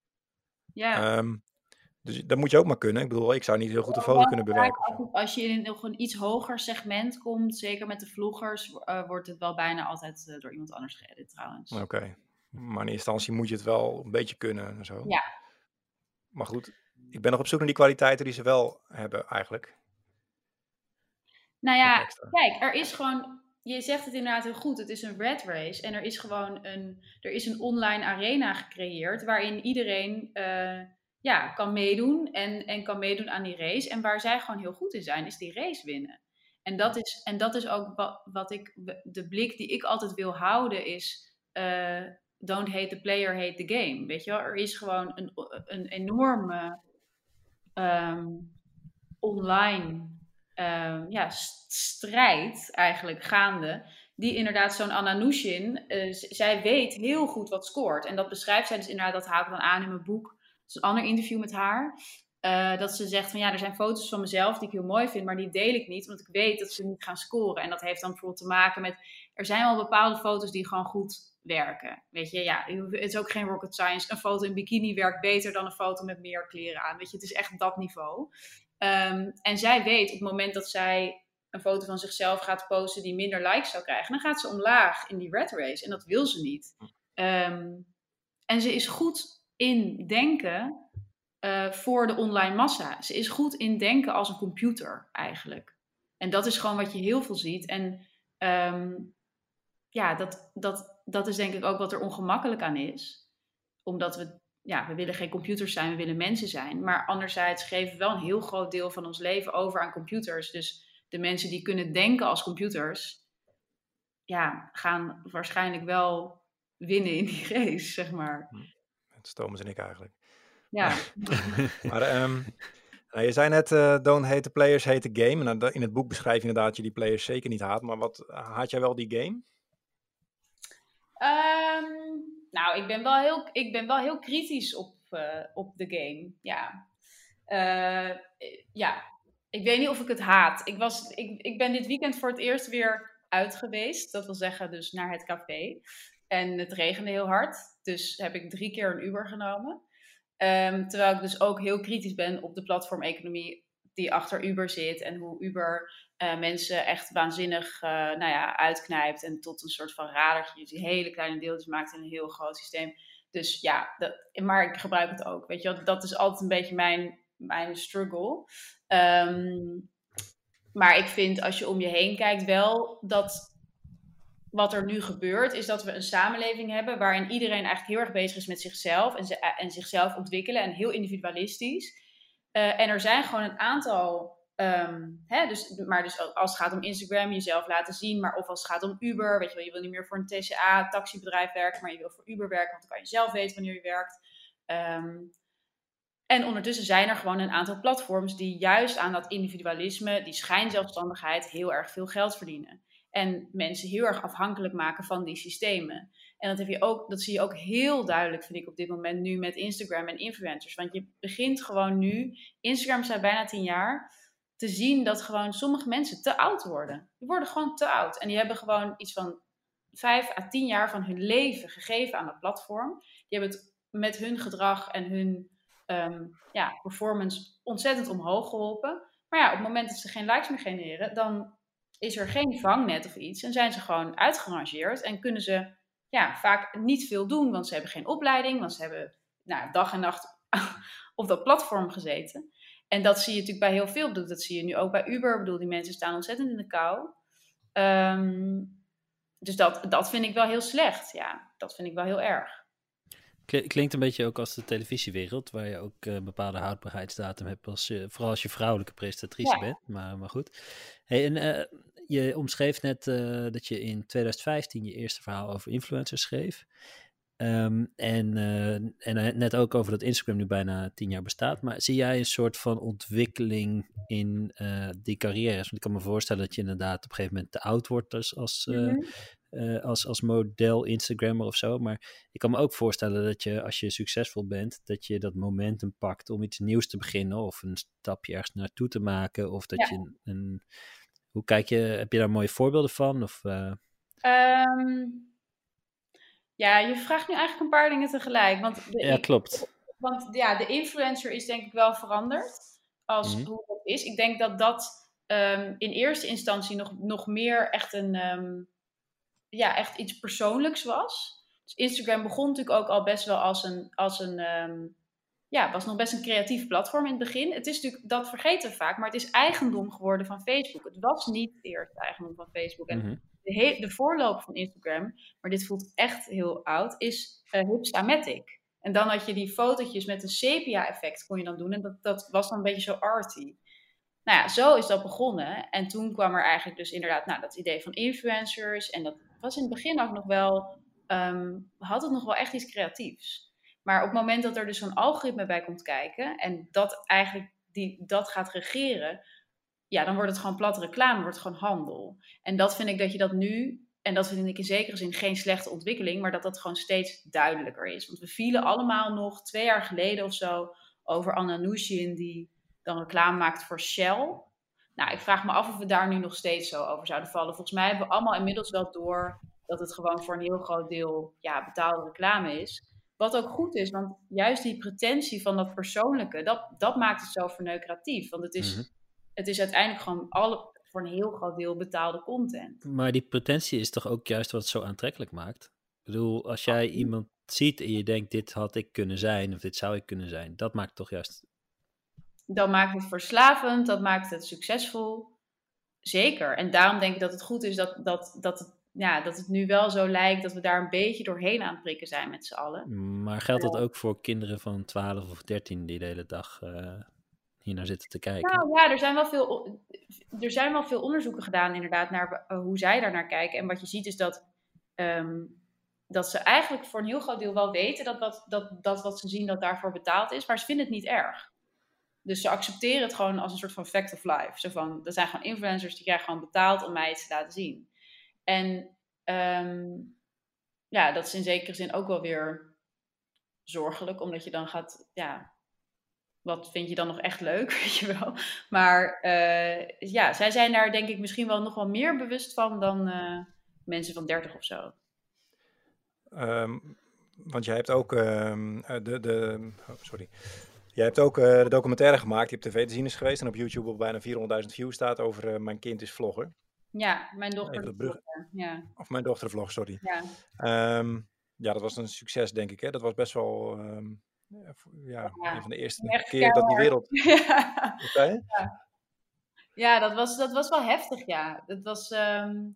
Ja. Um, dus dat moet je ook maar kunnen. Ik bedoel, ik zou niet heel goed een foto kunnen bewerken. Als, als je in nog een iets hoger segment komt, zeker met de vloggers, uh, wordt het wel bijna altijd uh, door iemand anders geëdit trouwens. Oké. Okay. Maar in eerste instantie moet je het wel een beetje kunnen en zo. Ja. Maar goed, ik ben nog op zoek naar die kwaliteiten die ze wel hebben eigenlijk. Nou ja, kijk, er is gewoon... Je zegt het inderdaad heel goed, het is een rat race en er is gewoon een, er is een online arena gecreëerd waarin iedereen uh, ja, kan meedoen en, en kan meedoen aan die race. En waar zij gewoon heel goed in zijn, is die race winnen. En dat is, en dat is ook wat, wat ik, de blik die ik altijd wil houden is, uh, don't hate the player, hate the game. Weet je wel, er is gewoon een, een enorme um, online... Uh, ja, st- strijd eigenlijk gaande, die inderdaad zo'n Ananushin, uh, z- zij weet heel goed wat scoort. En dat beschrijft zij dus inderdaad, dat haak ik dan aan in mijn boek. Dat is een ander interview met haar. Uh, dat ze zegt van ja, er zijn foto's van mezelf die ik heel mooi vind, maar die deel ik niet, want ik weet dat ze niet gaan scoren. En dat heeft dan bijvoorbeeld te maken met, er zijn wel bepaalde foto's die gewoon goed werken. Weet je, ja, het is ook geen rocket science. Een foto in bikini werkt beter dan een foto met meer kleren aan. Weet je, het is echt dat niveau. Um, en zij weet op het moment dat zij een foto van zichzelf gaat posten die minder likes zou krijgen, dan gaat ze omlaag in die rat race. En dat wil ze niet. Um, en ze is goed in denken uh, voor de online massa. Ze is goed in denken als een computer eigenlijk. En dat is gewoon wat je heel veel ziet. En um, ja, dat, dat, dat is denk ik ook wat er ongemakkelijk aan is. Omdat we Ja, we willen geen computers zijn, we willen mensen zijn. Maar anderzijds geven we wel een heel groot deel van ons leven over aan computers. Dus de mensen die kunnen denken als computers, ja, gaan waarschijnlijk wel winnen in die race, zeg maar. Het Thomas en ik eigenlijk. Ja. maar um, nou, je zei net, uh, don't hate the players, hate the game. Nou, in het boek beschrijf je inderdaad dat je die players zeker niet haat. Maar wat, haat jij wel die game? Um, nou, ik ben wel heel, ik ben wel heel kritisch op, uh, op de game. Ja. Uh, ja, ik weet niet of ik het haat. Ik, was, ik, ik ben dit weekend voor het eerst weer uit geweest. Dat wil zeggen dus naar het café. En het regende heel hard. Dus heb ik drie keer een Uber genomen. Um, terwijl ik dus ook heel kritisch ben op de platformeconomie die achter Uber zit. En hoe Uber uh, mensen echt waanzinnig uh, nou ja, uitknijpt. En tot een soort van radertje die hele kleine deeltjes maakt in een heel groot systeem. Dus ja, dat, maar ik gebruik het ook. Weet je, dat is altijd een beetje mijn, mijn struggle. Um, maar ik vind als je om je heen kijkt wel dat wat er nu gebeurt is dat we een samenleving hebben waarin iedereen eigenlijk heel erg bezig is met zichzelf en, ze, en zichzelf ontwikkelen en heel individualistisch. Uh, en er zijn gewoon een aantal, um, hè, dus, maar dus als het gaat om Instagram, jezelf laten zien, maar of als het gaat om Uber, weet je wel, je wil niet meer voor een T C A, taxibedrijf werken, maar je wil voor Uber werken, want dan kan je zelf weten wanneer je werkt. Um, en ondertussen zijn er gewoon een aantal platforms die juist aan dat individualisme, die schijnzelfstandigheid, heel erg veel geld verdienen. En mensen heel erg afhankelijk maken van die systemen. En dat, heb je ook, dat zie je ook heel duidelijk, vind ik, op dit moment nu met Instagram en influencers. Want je begint gewoon nu... Instagram staat bijna tien jaar. te zien dat gewoon sommige mensen te oud worden. Die worden gewoon te oud. En die hebben gewoon iets van vijf à tien jaar van hun leven gegeven aan dat platform. Die hebben het met hun gedrag en hun um, ja, performance ontzettend omhoog geholpen. Maar ja, op het moment dat ze geen likes meer genereren, dan is er geen vangnet of iets. En zijn ze gewoon uitgerangeerd en kunnen ze ja, vaak niet veel doen. Want ze hebben geen opleiding, want ze hebben nou, dag en nacht op dat platform gezeten. En dat zie je natuurlijk bij heel veel. Dat zie je nu ook bij Uber. Ik bedoel, die mensen staan ontzettend in de kou. Um, dus dat, dat vind ik wel heel slecht. Ja, dat vind ik wel heel erg. Klinkt een beetje ook als de televisiewereld, waar je ook een uh, bepaalde houdbaarheidsdatum hebt, als je, vooral als je vrouwelijke presentatrice ja. bent. Maar, maar goed. Hey, en, uh, je omschreef net uh, dat je in twintig vijftien je eerste verhaal over influencers schreef. Um, en, uh, en net ook over dat Instagram nu bijna tien jaar bestaat. Maar zie jij een soort van ontwikkeling in uh, die carrières? Want ik kan me voorstellen dat je inderdaad op een gegeven moment te oud wordt als, als, uh, mm-hmm. uh, als, als model Instagrammer of zo. Maar ik kan me ook voorstellen dat je, als je succesvol bent, dat je dat momentum pakt om iets nieuws te beginnen of een stapje ergens naartoe te maken. Of dat ja. je een, een... Hoe kijk je, heb je daar mooie voorbeelden van? Of, uh... um... Ja, je vraagt nu eigenlijk een paar dingen tegelijk. Want de, ja, klopt. Want ja, de influencer is denk ik wel veranderd als mm-hmm. hoe het is. Ik denk dat dat um, in eerste instantie nog, nog meer echt, een, um, ja, echt iets persoonlijks was. Dus Instagram begon natuurlijk ook al best wel als een... Als een um, ja, was nog best een creatief platform in het begin. Het is natuurlijk, dat vergeten we vaak, maar het is eigendom geworden van Facebook. Het was niet eerst eigendom van Facebook. En mm-hmm. De, he- de voorloper van Instagram, maar dit voelt echt heel oud, is uh, Hipstamatic. En dan had je die fotootjes met een sepia-effect kon je dan doen. En dat, dat was dan een beetje zo arty. Nou ja, zo is dat begonnen. En toen kwam er eigenlijk dus inderdaad nou, dat idee van influencers. En dat was in het begin ook nog wel, um, had het nog wel echt iets creatiefs. Maar op het moment dat er dus zo'n algoritme bij komt kijken en dat eigenlijk die, dat gaat regeren, ja, dan wordt het gewoon platte reclame, wordt het gewoon handel. En dat vind ik dat je dat nu, en dat vind ik in zekere zin geen slechte ontwikkeling, maar dat dat gewoon steeds duidelijker is. Want we vielen allemaal nog twee jaar geleden of zo over Anna Nushin die dan reclame maakt voor Shell. Nou, ik vraag me af of we daar nu nog steeds zo over zouden vallen. Volgens mij hebben we allemaal inmiddels wel door dat het gewoon voor een heel groot deel ja, betaalde reclame is. Wat ook goed is, want juist die pretentie van dat persoonlijke, dat, dat maakt het zo verneukeratief. Want het is, mm-hmm. het is uiteindelijk gewoon alle, voor een heel groot deel betaalde content. Maar die pretentie is toch ook juist wat het zo aantrekkelijk maakt? Ik bedoel, als jij oh. iemand ziet en je denkt, dit had ik kunnen zijn of dit zou ik kunnen zijn, dat maakt toch juist... Dat maakt het verslavend, dat maakt het succesvol. Zeker. En daarom denk ik dat het goed is dat, dat, dat het Ja, dat het nu wel zo lijkt dat we daar een beetje doorheen aan het prikken zijn met z'n allen. Maar geldt dat ook voor kinderen van twaalf of dertien die de hele dag uh, hier naar zitten te kijken? Nou ja, er zijn wel veel, er zijn wel veel onderzoeken gedaan inderdaad naar uh, hoe zij daar naar kijken. En wat je ziet is dat, um, dat ze eigenlijk voor een heel groot deel wel weten dat wat, dat, dat wat ze zien dat daarvoor betaald is. Maar ze vinden het niet erg. Dus ze accepteren het gewoon als een soort van fact of life. Zo van, er zijn gewoon influencers die krijgen gewoon betaald om mij iets te laten zien. En um, ja, dat is in zekere zin ook wel weer zorgelijk, omdat je dan gaat, ja, wat vind je dan nog echt leuk, weet je wel. Maar uh, ja, zij zijn daar denk ik misschien wel nog wel meer bewust van dan uh, mensen van dertig of zo. Um, want jij hebt ook um, de, de, oh, sorry. Jij hebt ook uh, de documentaire gemaakt die op tv te zien is geweest en op YouTube op bijna vierhonderdduizend views staat over uh, Mijn kind is vlogger. Ja, mijn dochter de vlogger. Ja. Of mijn dochter de vlog, sorry. Ja. Um, ja, dat was een succes, denk ik. Hè? Dat was best wel um, ja, ja, een van de eerste keer dat die wereld... Ja, okay. ja. ja dat, was, dat was wel heftig, ja. Dat was... Um,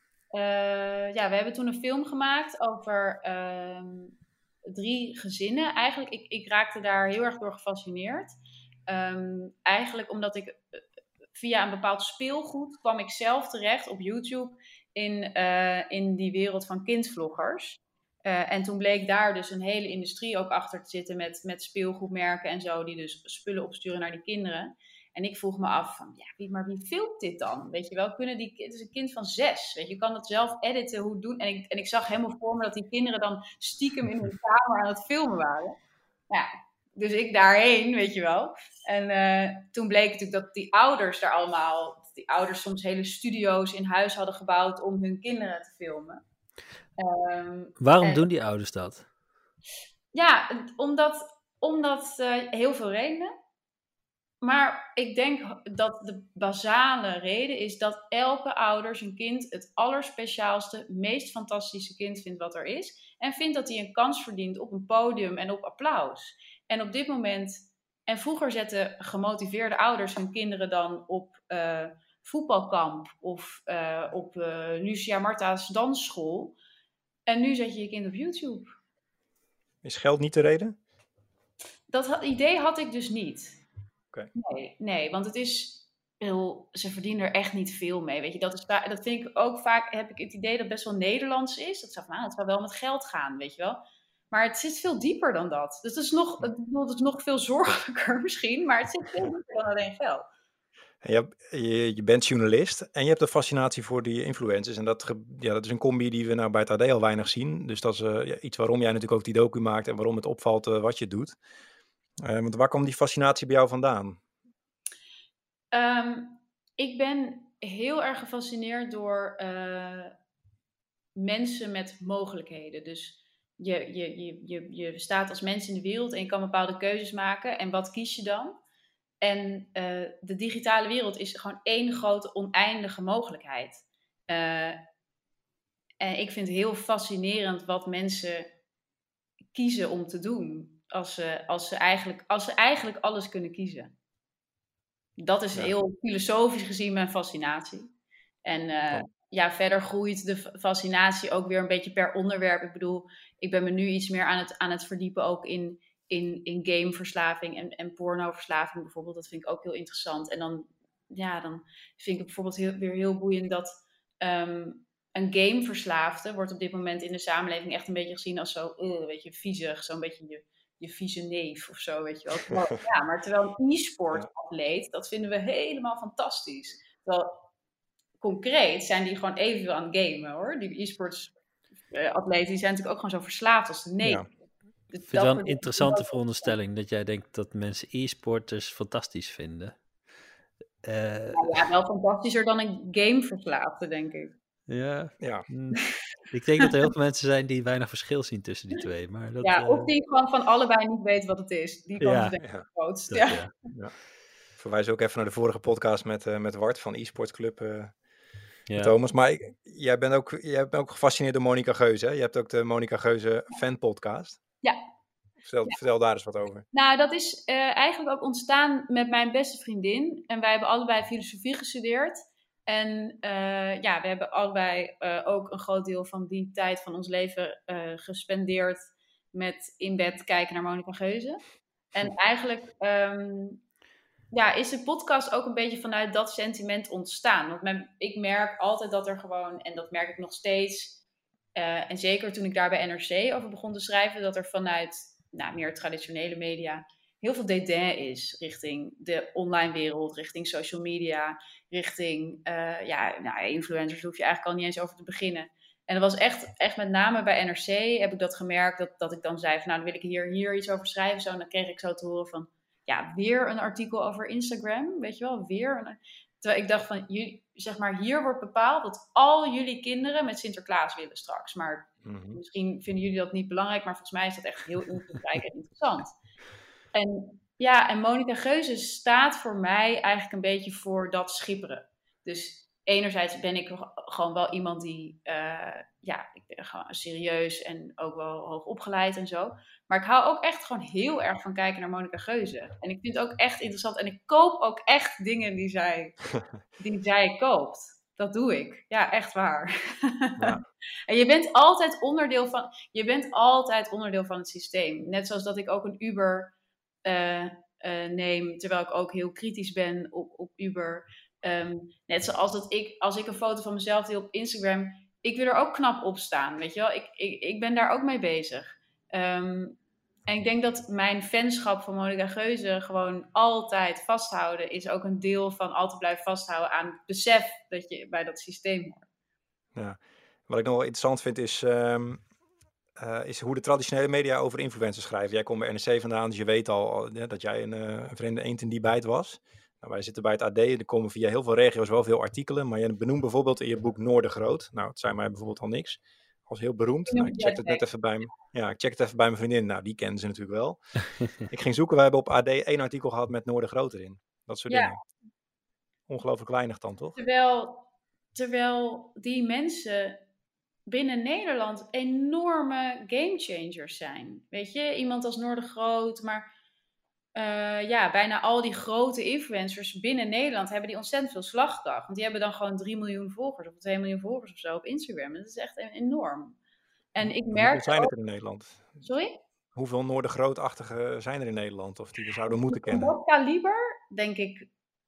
uh, ja, we hebben toen een film gemaakt over um, drie gezinnen. Eigenlijk, ik, ik raakte daar heel erg door gefascineerd. Um, eigenlijk omdat ik... Via een bepaald speelgoed kwam ik zelf terecht op YouTube in, uh, in die wereld van kindvloggers. Uh, en toen bleek daar dus een hele industrie ook achter te zitten met, met speelgoedmerken en zo, die dus spullen opsturen naar die kinderen. En ik vroeg me af van, ja, wie, maar wie filmt dit dan? Weet je wel, kunnen die, het is een kind van zes, weet je, je kan dat zelf editen, hoe doen. En ik, en ik zag helemaal voor me dat die kinderen dan stiekem in hun kamer aan het filmen waren. Ja, dus ik daarheen, weet je wel. En uh, toen bleek natuurlijk dat die ouders daar allemaal... die ouders soms hele studio's in huis hadden gebouwd om hun kinderen te filmen. Um, Waarom en, doen die ouders dat? Ja, omdat, omdat uh, heel veel redenen. Maar ik denk dat de basale reden is dat elke ouder zijn kind het allerspeciaalste, meest fantastische kind vindt wat er is. En vindt dat hij een kans verdient op een podium en op applaus. En op dit moment... En vroeger zetten gemotiveerde ouders hun kinderen dan op uh, voetbalkamp of uh, op uh, Lucia Marta's dansschool. En nu zet je je kind op YouTube. Is geld niet de reden? Dat had, idee had ik dus niet. Okay. Nee, nee, want het is heel, ze verdienen er echt niet veel mee. Weet je, dat, is, dat vind ik ook vaak, heb ik het idee dat best wel Nederlands is. Dat zou, nou, het zou wel met geld gaan, weet je wel. Maar het zit veel dieper dan dat. Dus het is nog, het is nog veel zorgelijker misschien, maar het zit veel dieper dan alleen geld. En je, je, je bent journalist en je hebt een fascinatie voor die influencers. En dat, ja, dat is een combi die we nou bij het A D al weinig zien. Dus dat is uh, ja, iets waarom jij natuurlijk ook die docu maakt en waarom het opvalt uh, wat je doet. Uh, want waar kwam die fascinatie bij jou vandaan? Um, ik ben heel erg gefascineerd door uh, mensen met mogelijkheden. Dus je, je, je, je, je staat als mens in de wereld en je kan bepaalde keuzes maken. En wat kies je dan? En uh, de digitale wereld is gewoon één grote oneindige mogelijkheid. Uh, en ik vind het heel fascinerend wat mensen kiezen om te doen. Als ze, als ze, eigenlijk, als ze eigenlijk alles kunnen kiezen. Dat is ja. heel filosofisch gezien mijn fascinatie. En uh, oh. ja, verder groeit de fascinatie ook weer een beetje per onderwerp. Ik bedoel, ik ben me nu iets meer aan het, aan het verdiepen ook in... In, in gameverslaving en, en pornoverslaving bijvoorbeeld. Dat vind ik ook heel interessant. En dan, ja, dan vind ik het bijvoorbeeld heel, weer heel boeiend dat um, een gameverslaafde wordt op dit moment in de samenleving echt een beetje gezien als zo, uh, weet je, viezig. Zo'n beetje je, je vieze neef of zo, weet je wel. Terwijl, ja, maar terwijl een e-sport-atleet, dat vinden we helemaal fantastisch. Terwijl concreet zijn die gewoon evenveel aan het gamen, hoor. Die e-sports-atleten, die zijn natuurlijk ook gewoon zo verslaafd als de neef. Ja. Ik vind het wel een interessante veronderstelling dat jij denkt dat mensen e-sporters fantastisch vinden. Uh, nou ja, wel fantastischer dan een gameverslaafde, denk ik. Ja, ja. Mm. Ik denk dat er heel veel mensen zijn die weinig verschil zien tussen die twee. Maar dat, ja, of uh... die gewoon van allebei niet weten wat het is. Die kan ja, het denk ik het grootst. Dat, ja. Ja. Ja. Verwijs ook even naar de vorige podcast met, uh, met Wart van e-sports club. Uh, ja. Thomas, maar ik, jij, bent ook, jij bent ook gefascineerd door Monica Geuze. Hè? Je hebt ook de Monica Geuze fan podcast. Ja. Vertel, ja. vertel daar eens wat over. Nou, dat is uh, eigenlijk ook ontstaan met mijn beste vriendin. En wij hebben allebei filosofie gestudeerd. En uh, ja, we hebben allebei uh, ook een groot deel van die tijd van ons leven uh, gespendeerd met in bed kijken naar Monica Geuze. En eigenlijk um, ja, is de podcast ook een beetje vanuit dat sentiment ontstaan. Want mijn, ik merk altijd dat er gewoon, en dat merk ik nog steeds, uh, en zeker toen ik daar bij N R C over begon te schrijven, dat er vanuit nou, meer traditionele media heel veel dédain is richting de online wereld, richting social media, richting uh, ja, nou, influencers, daar hoef je eigenlijk al niet eens over te beginnen. En dat was echt, echt met name bij N R C heb ik dat gemerkt, dat, dat ik dan zei van nou, dan wil ik hier, hier iets over schrijven. Zo, en dan kreeg ik zo te horen van, ja, weer een artikel over Instagram, weet je wel, weer een... Terwijl ik dacht van, jullie, zeg maar, hier wordt bepaald dat al jullie kinderen met Sinterklaas willen straks. Maar mm-hmm. misschien vinden jullie dat niet belangrijk, maar volgens mij is dat echt heel invloedrijk en interessant. En ja, en Monica Geuze staat voor mij eigenlijk een beetje voor dat schipperen. Dus enerzijds ben ik gewoon wel iemand die, uh, ja, ik ben gewoon serieus en ook wel hoog opgeleid en zo. Maar ik hou ook echt gewoon heel erg van kijken naar Monica Geuze. En ik vind het ook echt interessant. En ik koop ook echt dingen die zij, die zij koopt. Dat doe ik. Ja, echt waar. Ja. En je bent altijd onderdeel van, je bent altijd onderdeel van het systeem. Net zoals dat ik ook een Uber uh, uh, neem, terwijl ik ook heel kritisch ben op, op Uber. Um, net zoals dat ik, als ik een foto van mezelf deel op Instagram, ik wil er ook knap op staan, weet je wel. Ik, ik, ik ben daar ook mee bezig. Um, en ik denk dat mijn fanschap van Monica Geuze gewoon altijd vasthouden is ook een deel van altijd blijven vasthouden aan het besef dat je bij dat systeem hoort. Ja, wat ik nog wel interessant vind is, um, uh, is hoe de traditionele media over influencers schrijven. Jij komt bij N R C vandaan, dus je weet al ja, dat jij een, uh, een vreemde eend in die bijt was. Nou, wij zitten bij het A D, er komen via heel veel regio's wel veel artikelen, maar je benoemt bijvoorbeeld in je boek Noordergroot. Nou, het zijn mij bijvoorbeeld al niks. Als heel beroemd. Nou, ik check het net even bij me. Ja, ik check het even bij mijn vriendin. Nou, die kennen ze natuurlijk wel. Ik ging zoeken, we hebben op A D één artikel gehad met Noordergroot erin. Dat soort ja. dingen. Ongelooflijk weinig dan, toch? Terwijl, terwijl die mensen binnen Nederland enorme gamechangers zijn. Weet je, iemand als Noordergroot, maar uh, ja, bijna al die grote influencers binnen Nederland hebben die ontzettend veel slagkracht. Want die hebben dan gewoon drie miljoen volgers of twee miljoen volgers of zo op Instagram. Dat is echt enorm. En ik merk Hoeveel zijn ook... het er in Nederland? Sorry? Hoeveel Noordergrootachtige zijn er in Nederland? Of die we zouden moeten kennen? Van dat kaliber, denk ik...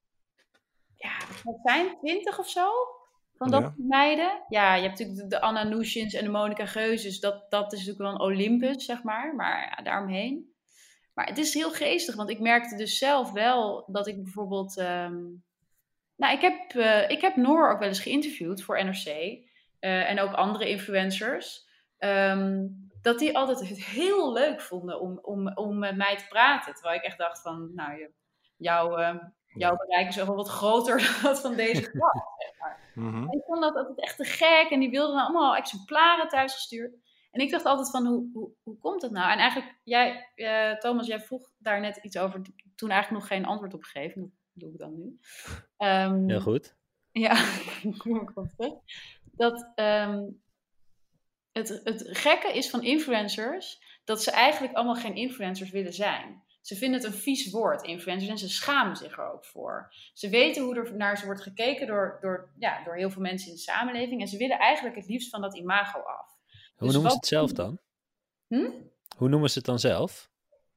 Ja, wat zijn twintig of zo? Van dat ja. meiden. Ja, je hebt natuurlijk de, de Anna Nusjins en de Monica Geuzes. Dat, dat is natuurlijk wel een Olympus, zeg maar. Maar ja, daaromheen. Maar het is heel geestig. Want ik merkte dus zelf wel dat ik bijvoorbeeld... Um... Nou, ik heb, uh, ik heb Noor ook wel eens geïnterviewd voor N R C. Uh, en ook andere influencers. Um, dat die altijd het heel leuk vonden om, om, om met mij te praten. Terwijl ik echt dacht van... Nou, jouw... Uh, Jouw bereik is wel wat groter dan dat van deze gast, zeg maar. Mm-hmm. En ik vond dat altijd echt te gek. En die wilden dan allemaal exemplaren thuis gestuurd. En ik dacht altijd van, hoe, hoe, hoe komt dat nou? En eigenlijk, jij, uh, Thomas, jij vroeg daar net iets over. Toen eigenlijk nog geen antwoord op gegeven. Dat doe ik dan nu. Um, Heel goed. Ja, kom ik op terug. Dat um, het, het gekke is van influencers, dat ze eigenlijk allemaal geen influencers willen zijn. Ze vinden het een vies woord, influencers, en ze schamen zich er ook voor. Ze weten hoe er naar ze wordt gekeken door, door, ja, door heel veel mensen in de samenleving. En ze willen eigenlijk het liefst van dat imago af. Hoe dus noemen wat... ze het zelf dan? Hm? Hoe noemen ze het dan zelf?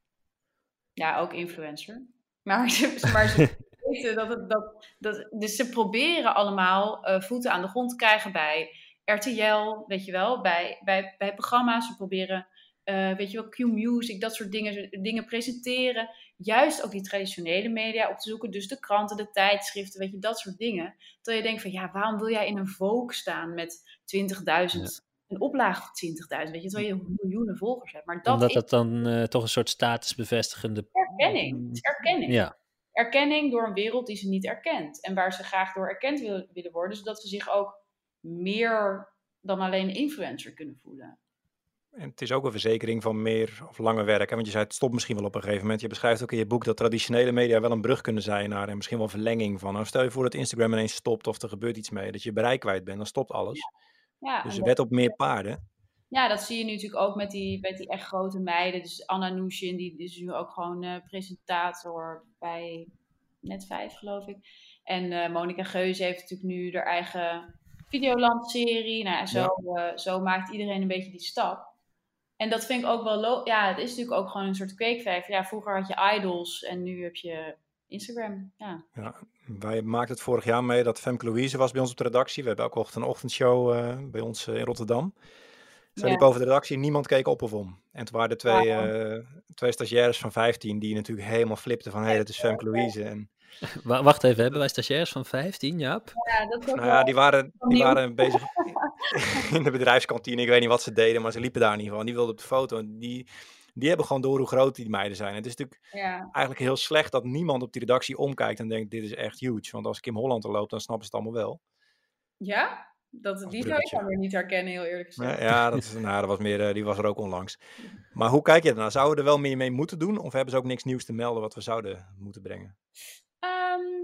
Ja, ook influencer. Maar ze, maar ze weten dat het... Dat, dat, dus ze proberen allemaal uh, voeten aan de grond te krijgen bij R T L, weet je wel, bij, bij, bij programma's. Ze proberen... Uh, weet je wel, Q-Music, dat soort dingen, dingen presenteren. Juist ook die traditionele media op te zoeken. Dus de kranten, de tijdschriften, weet je, dat soort dingen. Dat je denkt van, ja, waarom wil jij in een Vogue staan met twintigduizend, ja. een oplage van twintigduizend, weet je, terwijl je miljoenen volgers hebt. Maar dat Omdat is... dat dan uh, toch een soort statusbevestigende... Erkenning, het is erkenning. Ja. Erkenning door een wereld die ze niet erkent. En waar ze graag door erkend willen, willen worden, zodat ze zich ook meer dan alleen influencer kunnen voelen. En het is ook een verzekering van meer of langer werk. Hè? Want je zei, het stopt misschien wel op een gegeven moment. Je beschrijft ook in je boek dat traditionele media wel een brug kunnen zijn naar en misschien wel verlenging van. Nou, stel je voor dat Instagram ineens stopt of er gebeurt iets mee, dat je bereik kwijt bent, dan stopt alles. Ja. Ja, dus de wet op meer paarden. Ja, dat zie je nu natuurlijk ook met die, met die echt grote meiden. Dus Anna Nushin, die is nu ook gewoon uh, presentator bij Net vijf, geloof ik. En uh, Monica Geuze heeft natuurlijk nu haar eigen Videoland-serie. Nou, zo, ja. uh, zo maakt iedereen een beetje die stap. En dat vind ik ook wel... Lo- ja, het is natuurlijk ook gewoon een soort kweekvijf. Ja, vroeger had je idols en nu heb je Instagram. Ja. Ja, wij maakten het vorig jaar mee dat Femke Louise was bij ons op de redactie. We hebben elke ochtend een ochtendshow uh, bij ons uh, in Rotterdam. Zij ja. liep over de redactie, niemand keek op of om. En toen waren er twee, ja. uh, twee stagiaires van vijftien die natuurlijk helemaal flipten van... hé, hey, dat is Femke Louise. En... Wacht even, hebben wij stagiaires van vijftien, Jaap? Ja, dat nou ja, die waren, die waren bezig in de bedrijfskantine. Ik weet niet wat ze deden, maar ze liepen daar in ieder geval. En die wilden op de foto. En die, die hebben gewoon door hoe groot die meiden zijn. Het is natuurlijk ja. eigenlijk heel slecht dat niemand op die redactie omkijkt en denkt, dit is echt huge. Want als Kim Holland er loopt, dan snappen ze het allemaal wel. Ja? Dat, die zou ik dan weer niet herkennen, heel eerlijk gezegd. Ja, dat, is, nou, dat was meer, die was er ook onlangs. Maar hoe kijk je ernaar? Zouden we er wel meer mee moeten doen? Of hebben ze ook niks nieuws te melden wat we zouden moeten brengen? Um,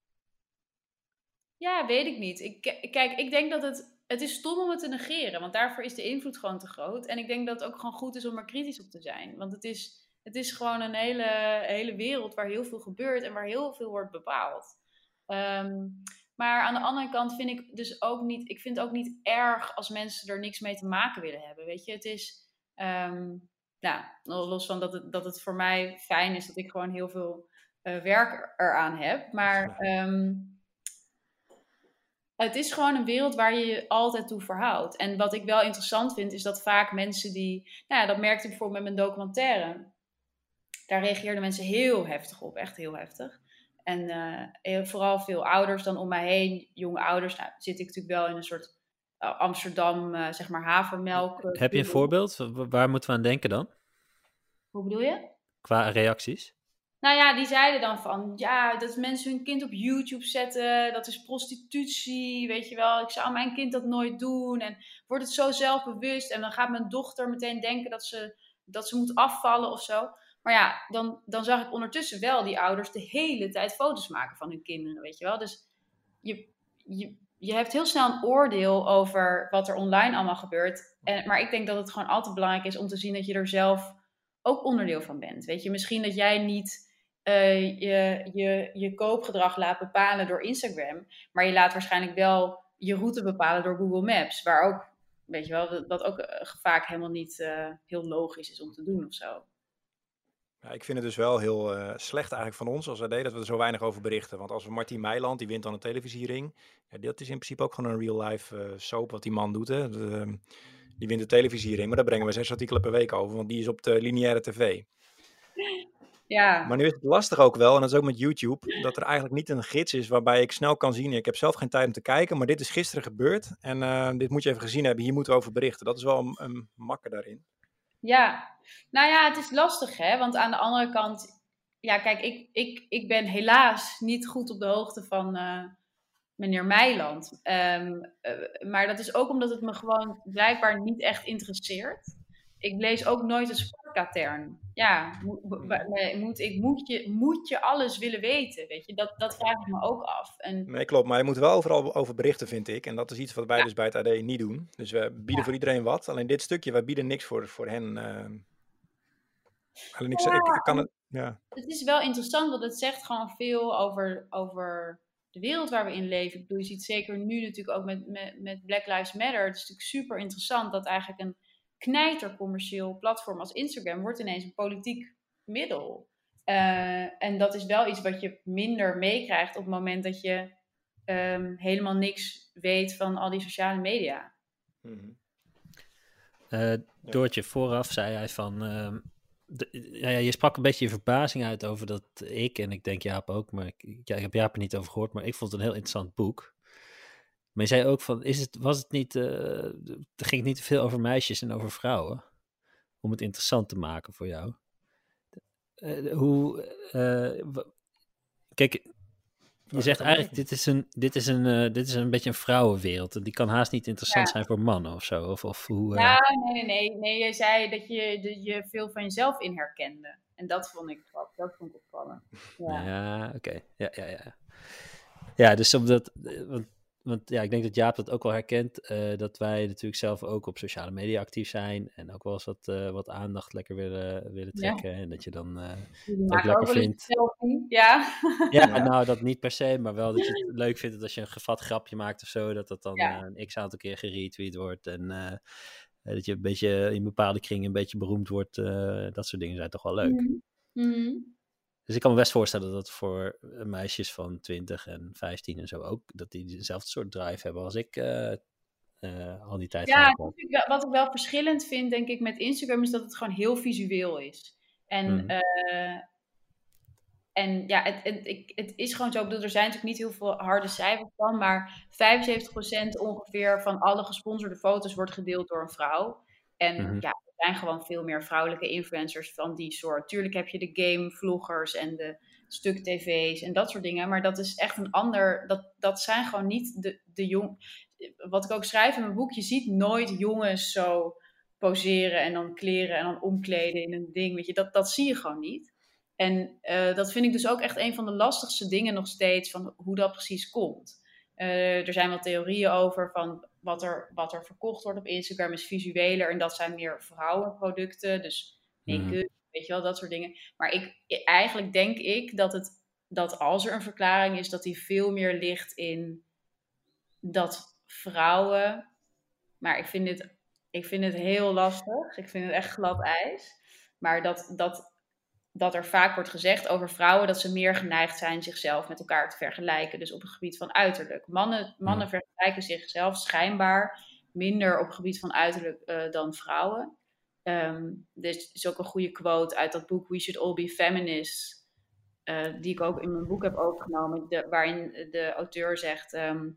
ja, weet ik niet. Ik, kijk, ik denk dat het... Het is stom om het te negeren, want daarvoor is de invloed gewoon te groot. En ik denk dat het ook gewoon goed is om er kritisch op te zijn. Want het is, het is gewoon een hele, hele wereld waar heel veel gebeurt en waar heel veel wordt bepaald. Um, maar aan de andere kant vind ik dus ook niet... Ik vind het ook niet erg als mensen er niks mee te maken willen hebben, weet je. Het is... Um, nou, los van dat het, dat het voor mij fijn is dat ik gewoon heel veel uh, werk eraan heb. Maar... Um, Het is gewoon een wereld waar je je altijd toe verhoudt. En wat ik wel interessant vind, is dat vaak mensen die... Nou ja, dat merkte ik bijvoorbeeld met mijn documentaire. Daar reageerden mensen heel heftig op, echt heel heftig. En uh, vooral veel ouders dan om mij heen, jonge ouders. Nou, zit ik natuurlijk wel in een soort Amsterdam, uh, zeg maar, havermelk. Uh, Heb je een voorbeeld? Waar moeten we aan denken dan? Hoe bedoel je? Qua reacties? Nou ja, die zeiden dan van, ja, dat mensen hun kind op YouTube zetten, dat is prostitutie, weet je wel. Ik zou mijn kind dat nooit doen en wordt het zo zelfbewust en dan gaat mijn dochter meteen denken dat ze, dat ze moet afvallen of zo. Maar ja, dan, dan zag ik ondertussen wel die ouders de hele tijd foto's maken van hun kinderen, weet je wel. Dus je, je, je hebt heel snel een oordeel over wat er online allemaal gebeurt. En, maar ik denk dat het gewoon altijd belangrijk is om te zien dat je er zelf ook onderdeel van bent. Weet je, misschien dat jij niet uh, je, je, je koopgedrag laat bepalen door Instagram, maar je laat waarschijnlijk wel je route bepalen door Google Maps, waar ook, weet je wel, wat ook uh, vaak helemaal niet uh, heel logisch is om te doen of zo. Ja, ik vind het dus wel heel uh, slecht eigenlijk van ons als A D dat we er zo weinig over berichten. Want als we Martien Meiland, die wint dan een televisiering. Ja, dat is in principe ook gewoon een real-life uh, soap wat die man doet. Hè. De, die wint de televisiering, maar daar brengen we zes artikelen per week over. Want die is op de lineaire tv. Ja. Maar nu is het lastig ook wel, en dat is ook met YouTube, dat er eigenlijk niet een gids is waarbij ik snel kan zien. Ik heb zelf geen tijd om te kijken, maar dit is gisteren gebeurd. En uh, dit moet je even gezien hebben, hier moeten we over berichten. Dat is wel een, een makker daarin. Ja, nou ja, het is lastig hè, want aan de andere kant, ja kijk, ik, ik, ik ben helaas niet goed op de hoogte van uh, meneer Meiland. Um, uh, maar dat is ook omdat het me gewoon blijkbaar niet echt interesseert. Ik lees ook nooit een sportkatern. Ja, moet, moet, ik, moet, je, moet je alles willen weten, weet je, dat, dat vraag ik me ook af. En... Nee, klopt, maar je moet wel overal over berichten, vind ik. En dat is iets wat wij ja. dus bij het A D niet doen. Dus we bieden ja. voor iedereen wat. Alleen dit stukje, wij bieden niks voor, voor hen. Uh... Alleen ik, ja, ik, ik kan het, ja. Het is wel interessant, want het zegt gewoon veel over, over de wereld waar we in leven. Ik bedoel, je ziet zeker nu natuurlijk ook met, met, met Black Lives Matter. Het is natuurlijk super interessant dat eigenlijk een knijtercommercieel platform als Instagram wordt ineens een politiek middel. Uh, en dat is wel iets wat je minder meekrijgt op het moment dat je um, helemaal niks weet van al die sociale media. Mm-hmm. Uh, Doortje, vooraf zei hij van... Uh, de, ja, je sprak een beetje je verbazing uit over dat ik, en ik denk Jaap ook, maar ik, ja, ik heb Jaap er niet over gehoord, maar ik vond het een heel interessant boek. Maar je zei ook van, is het, was het niet, uh, er ging het niet te veel over meisjes en over vrouwen, om het interessant te maken voor jou? Uh, hoe, uh, w- kijk, je zegt eigenlijk, dit is een, dit is een, uh, dit is een beetje een vrouwenwereld. Die kan haast niet interessant ja. zijn voor mannen of zo. Of, of hoe, uh... Ja, nee, nee, nee. Je zei dat je, dat je veel van jezelf in herkende. En dat vond ik, dat vond ik opvallend. Ja, ja oké. Okay. Ja, ja, ja. Ja, dus omdat... Want, want ja, ik denk dat Jaap dat ook wel herkent. Uh, dat wij natuurlijk zelf ook op sociale media actief zijn. En ook wel eens wat, uh, wat aandacht lekker willen, willen trekken. Ja. En dat je dan uh, het ook lekker vindt. Ja. Ja, nou dat niet per se. Maar wel dat je het leuk vindt dat als je een gevat grapje maakt of zo. Dat dat dan ja. uh, een x-aantal keer geretweet wordt. En uh, dat je een beetje in bepaalde kringen een beetje beroemd wordt. Uh, dat soort dingen zijn toch wel leuk. Mm-hmm. Dus ik kan me best voorstellen dat dat voor meisjes van twintig en vijftien en zo ook, dat die dezelfde soort drive hebben als ik uh, uh, al die tijd ja, gehad heb. Wat ik wel verschillend vind, denk ik, met Instagram, is dat het gewoon heel visueel is. En, hmm. uh, en ja, het, het, het is gewoon zo, ik bedoel, er zijn natuurlijk niet heel veel harde cijfers van, maar vijfenzeventig procent ongeveer van alle gesponsorde foto's wordt gedeeld door een vrouw. En mm-hmm. ja, er zijn gewoon veel meer vrouwelijke influencers van die soort. Tuurlijk heb je de game-vloggers en de stuk-tv's en dat soort dingen. Maar dat is echt een ander... Dat, dat zijn gewoon niet de, de jong... Wat ik ook schrijf in mijn boek, je ziet nooit jongens zo poseren en dan kleren en dan omkleden in een ding. Weet je, dat, dat zie je gewoon niet. En uh, dat vind ik dus ook echt een van de lastigste dingen nog steeds, van hoe dat precies komt. Uh, er zijn wel theorieën over van wat er, wat er verkocht wordt op Instagram is visueler en dat zijn meer vrouwenproducten, dus make-up, mm. weet je wel, dat soort dingen. Maar ik, eigenlijk denk ik dat, het, dat als er een verklaring is, dat die veel meer ligt in dat vrouwen, maar ik vind dit, ik vind het heel lastig, ik vind het echt glad ijs, maar dat, dat dat er vaak wordt gezegd over vrouwen dat ze meer geneigd zijn zichzelf met elkaar te vergelijken. Dus op het gebied van uiterlijk. Mannen, mannen ja. vergelijken zichzelf schijnbaar minder op het gebied van uiterlijk uh, dan vrouwen. Um, dus er is ook een goede quote uit dat boek We Should All Be Feminists. Uh, die ik ook in mijn boek heb opgenomen. De, waarin de auteur zegt... Um,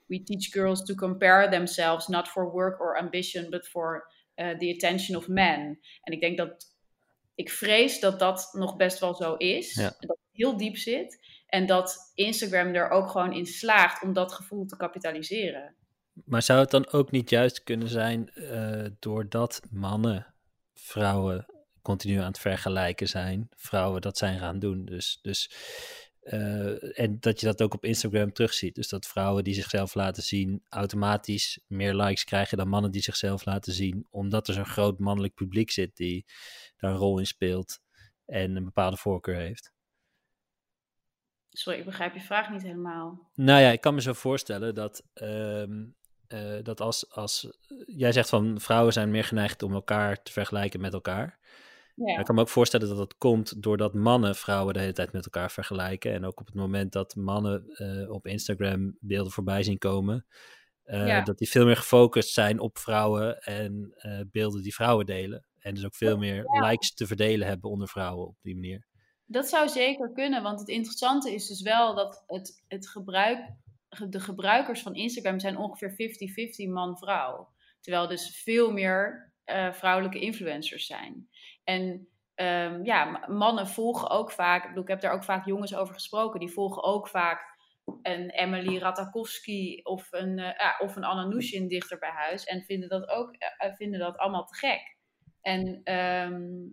we teach girls to compare themselves not for work or ambition, but for uh, the attention of men. En ik denk dat, ik vrees dat dat nog best wel zo is. Ja. Dat het heel diep zit. En dat Instagram er ook gewoon in slaagt om dat gevoel te kapitaliseren. Maar zou het dan ook niet juist kunnen zijn, uh, doordat mannen vrouwen continu aan het vergelijken zijn, vrouwen dat zijn gaan doen. Dus, dus uh, en dat je dat ook op Instagram terugziet. Dus dat vrouwen die zichzelf laten zien automatisch meer likes krijgen dan mannen die zichzelf laten zien, omdat er zo'n groot mannelijk publiek zit die daar een rol in speelt en een bepaalde voorkeur heeft. Sorry, ik begrijp je vraag niet helemaal. Nou ja, ik kan me zo voorstellen dat, um, uh, dat als, als jij zegt van vrouwen zijn meer geneigd om elkaar te vergelijken met elkaar. Ja. Ik kan me ook voorstellen dat dat komt doordat mannen vrouwen de hele tijd met elkaar vergelijken. En ook op het moment dat mannen uh, op Instagram beelden voorbij zien komen, uh, ja. dat die veel meer gefocust zijn op vrouwen en uh, beelden die vrouwen delen. En dus ook veel meer ja. likes te verdelen hebben onder vrouwen op die manier. Dat zou zeker kunnen, want het interessante is dus wel dat het, het gebruik, de gebruikers van Instagram zijn ongeveer vijftig vijftig man-vrouw. Terwijl dus veel meer uh, vrouwelijke influencers zijn. En um, ja, mannen volgen ook vaak, ik bedoel, ik heb daar ook vaak jongens over gesproken, die volgen ook vaak een Emily Ratajkowski of een, uh, ja, of een Anna Nushin dichter bij huis en vinden dat ook uh, vinden dat allemaal te gek. En um,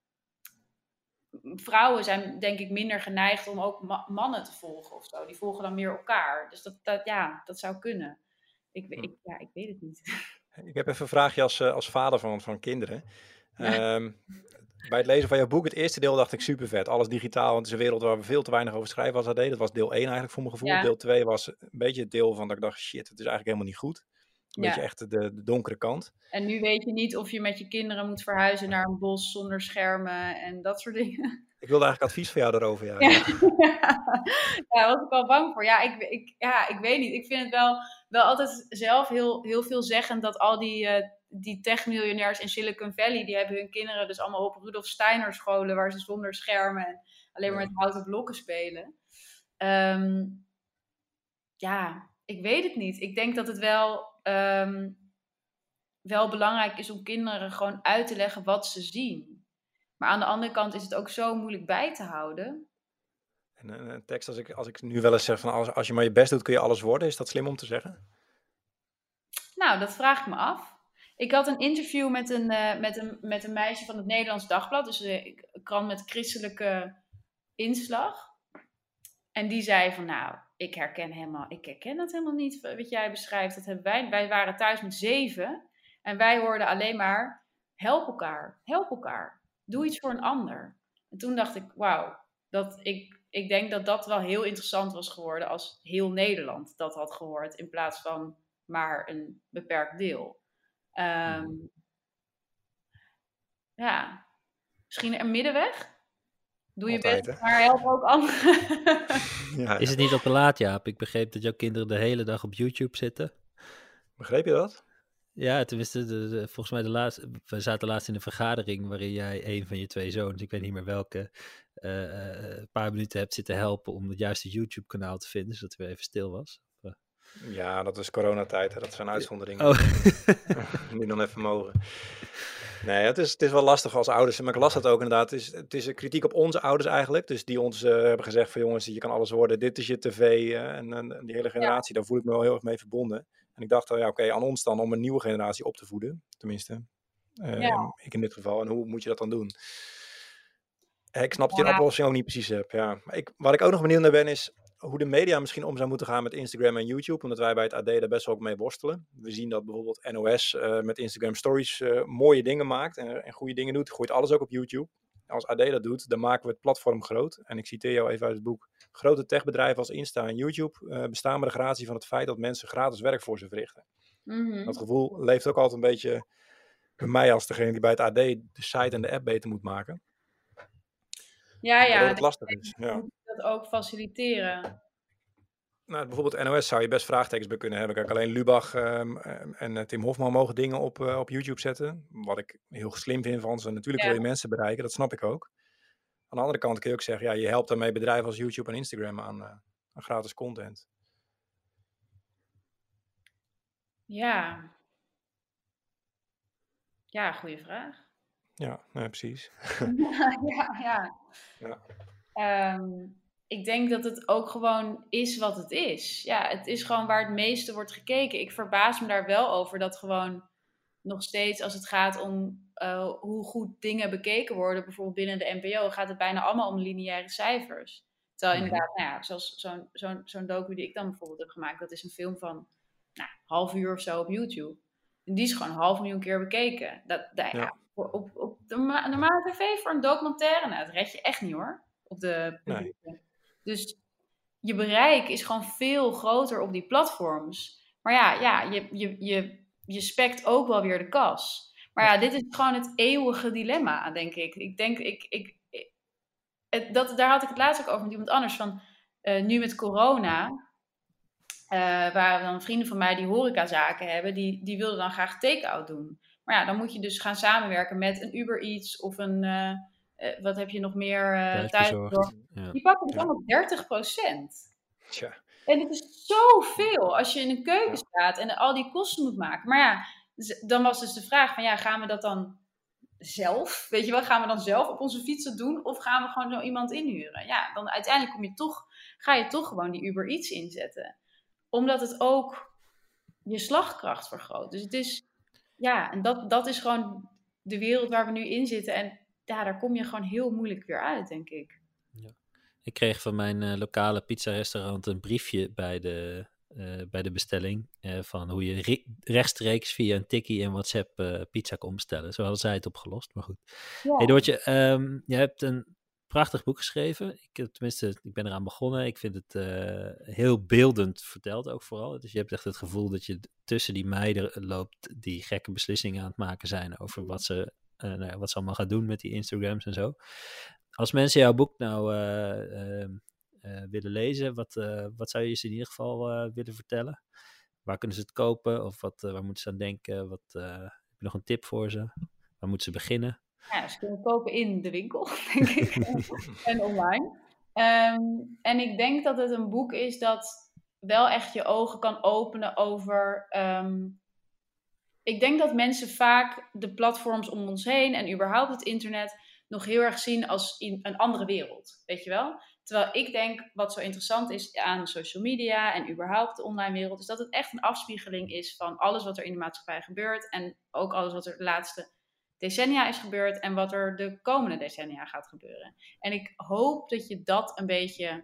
vrouwen zijn denk ik minder geneigd om ook ma- mannen te volgen of zo. Die volgen dan meer elkaar. Dus dat, dat, ja, dat zou kunnen. Ik, ik, ja, ik weet het niet. Ik heb even een vraagje als, als vader van, van kinderen. Ja. Um, bij het lezen van jouw boek, het eerste deel dacht ik super vet. Alles digitaal, want het is een wereld waar we veel te weinig over schrijven als dat deed. Dat was deel één eigenlijk voor mijn gevoel. Ja. Deel twee was een beetje het deel van dat ik dacht, shit, het is eigenlijk helemaal niet goed. Een ja. beetje echt de, de donkere kant. En nu weet je niet of je met je kinderen moet verhuizen naar een bos zonder schermen en dat soort dingen. Ik wilde eigenlijk advies van jou daarover, ja. Ja, ja. Daar was ik al bang voor. Ja, ik, ik, ja, ik weet niet. Ik vind het wel, wel altijd zelf heel, heel veel zeggen dat al die, uh, die techmiljonairs in Silicon Valley, die hebben hun kinderen dus allemaal op Rudolf Steiner scholen waar ze zonder schermen en alleen maar met houten blokken spelen. Um, ja, ik weet het niet. Ik denk dat het wel, um, wel belangrijk is om kinderen gewoon uit te leggen wat ze zien. Maar aan de andere kant is het ook zo moeilijk bij te houden. En een, een tekst, als ik, als ik nu wel eens zeg van als, als je maar je best doet kun je alles worden. Is dat slim om te zeggen? Nou, dat vraag ik me af. Ik had een interview met een, uh, met een, met een meisje van het Nederlands Dagblad. Dus een krant met christelijke inslag. En die zei van nou, ik herken helemaal, ik herken dat helemaal niet wat jij beschrijft. Dat hebben wij, wij waren thuis met zeven. En wij hoorden alleen maar help elkaar, help elkaar. Doe iets voor een ander. En toen dacht ik, wauw, dat ik, ik denk dat dat wel heel interessant was geworden als heel Nederland dat had gehoord, in plaats van maar een beperkt deel. Um, ja, misschien een middenweg? Doe je Altijd, best, maar help ook anderen. Ja, ja. Is het niet al te laat, Jaap? Ik begreep dat jouw kinderen de hele dag op YouTube zitten. Begreep je dat? Ja, tenminste, de, de, volgens mij de laatste, we zaten laatst in een vergadering waarin jij een van je twee zoons, ik weet niet meer welke, uh, uh, een paar minuten hebt zitten helpen om het juiste YouTube-kanaal te vinden, zodat het weer even stil was. Uh. Ja, dat is coronatijd, hè? Dat zijn uitzonderingen. Oh. Nu dan even mogen. Nee, het is, het is wel lastig als ouders, maar ik las dat ook inderdaad. Het is, het is een kritiek op onze ouders eigenlijk, dus die ons uh, hebben gezegd van jongens, je kan alles worden, dit is je tv uh, en, en, en die hele generatie, ja. Daar voel ik me wel heel erg mee verbonden. En ik dacht, ja, oké, okay, aan ons dan om een nieuwe generatie op te voeden. Tenminste, uh, ja. ik in dit geval. En hoe moet je dat dan doen? Ik snap dat je een ja. oplossing ook niet precies hebt. Ja. Ik, wat ik ook nog benieuwd naar ben, is hoe de media misschien om zou moeten gaan met Instagram en YouTube. Omdat wij bij het A D daar best wel ook mee worstelen. We zien dat bijvoorbeeld N O S uh, met Instagram Stories uh, mooie dingen maakt. En, en goede dingen doet. Gooit alles ook op YouTube. Als A D dat doet, dan maken we het platform groot. En ik citeer jou even uit het boek. Grote techbedrijven als Insta en YouTube uh, bestaan met de gratie van het feit dat mensen gratis werk voor ze verrichten. Mm-hmm. Dat gevoel leeft ook altijd een beetje bij mij als degene die bij het A D de site en de app beter moet maken. Ja, ja. Dat het lastig is. Ja. Moet dat ook faciliteren. Nou, bijvoorbeeld N O S zou je best vraagtekens bij kunnen hebben. Kijk, alleen Lubach um, en uh, Tim Hofman mogen dingen op, uh, op YouTube zetten. Wat ik heel slim vind van ze. Natuurlijk ja. wil je mensen bereiken, dat snap ik ook. Aan de andere kant kun je ook zeggen, ja, je helpt daarmee bedrijven als YouTube en Instagram aan, uh, aan gratis content. Ja. Ja, goede vraag. Ja, nee, precies. ja, ja, ja. ja. Um, ik denk dat het ook gewoon is wat het is. Ja, het is gewoon waar het meeste wordt gekeken. Ik verbaas me daar wel over dat gewoon nog steeds als het gaat om uh, hoe goed dingen bekeken worden, bijvoorbeeld binnen de N P O, gaat het bijna allemaal om lineaire cijfers. Terwijl mm-hmm. inderdaad, nou ja, zoals zo'n, zo'n, zo'n docu die ik dan bijvoorbeeld heb gemaakt, dat is een film van nou, half uur of zo op YouTube. En die is gewoon een half miljoen keer bekeken. Dat, dat, ja. Ja, op, op de normale tv voor een documentaire, nou, dat red je echt niet hoor. Op de nee. Dus je bereik is gewoon veel groter op die platforms. Maar ja, ja je, je, je, je spekt ook wel weer de kas. Maar ja, dit is gewoon het eeuwige dilemma, denk ik. Ik denk, ik, ik, ik het, dat, daar had ik het laatst ook over met iemand anders. Van, uh, nu met corona, uh, waren dan vrienden van mij die horecazaken hebben, die, die wilden dan graag take-out doen. Maar ja, dan moet je dus gaan samenwerken met een Uber Eats of een... Uh, Uh, wat heb je nog meer uh, thuisbezorgd? Ja. Die pakken dus ja. allemaal dertig procent. Tja. En het is zoveel als je in een keuken ja. staat en al die kosten moet maken. Maar ja, dan was dus de vraag van ja, gaan we dat dan zelf? Weet je wel, gaan we dan zelf op onze fietsen doen? Of gaan we gewoon zo iemand inhuren? Ja, dan uiteindelijk kom je toch, ga je toch gewoon die Uber Eats inzetten. Omdat het ook je slagkracht vergroot. Dus het is, ja, en dat, dat is gewoon de wereld waar we nu in zitten. En ja, daar kom je gewoon heel moeilijk weer uit, denk ik. Ja. Ik kreeg van mijn uh, lokale pizza-restaurant een briefje bij de, uh, bij de bestelling uh, van hoe je re- rechtstreeks via een tikkie en WhatsApp uh, pizza kon bestellen. Zo hadden zij het opgelost, maar goed. Ja. Hey Doortje, um, je hebt een prachtig boek geschreven. Ik, tenminste, ik ben eraan begonnen. Ik vind het uh, heel beeldend verteld ook vooral. Dus je hebt echt het gevoel dat je tussen die meiden loopt die gekke beslissingen aan het maken zijn over wat ze... Uh, nou, wat ze allemaal gaat doen met die Instagrams en zo. Als mensen jouw boek nou uh, uh, uh, willen lezen, wat, uh, wat zou je ze in ieder geval uh, willen vertellen? Waar kunnen ze het kopen? Of wat, uh, waar moeten ze aan denken? Wat, uh, heb je nog een tip voor ze? Waar moeten ze beginnen? Ja, ze kunnen kopen in de winkel, denk ik. en online. Um, en ik denk dat het een boek is dat wel echt je ogen kan openen over... Um, Ik denk dat mensen vaak de platforms om ons heen en überhaupt het internet nog heel erg zien als in een andere wereld, weet je wel? Terwijl ik denk, wat zo interessant is aan social media en überhaupt de online wereld, is dat het echt een afspiegeling is van alles wat er in de maatschappij gebeurt en ook alles wat er de laatste decennia is gebeurd en wat er de komende decennia gaat gebeuren. En ik hoop dat je dat een beetje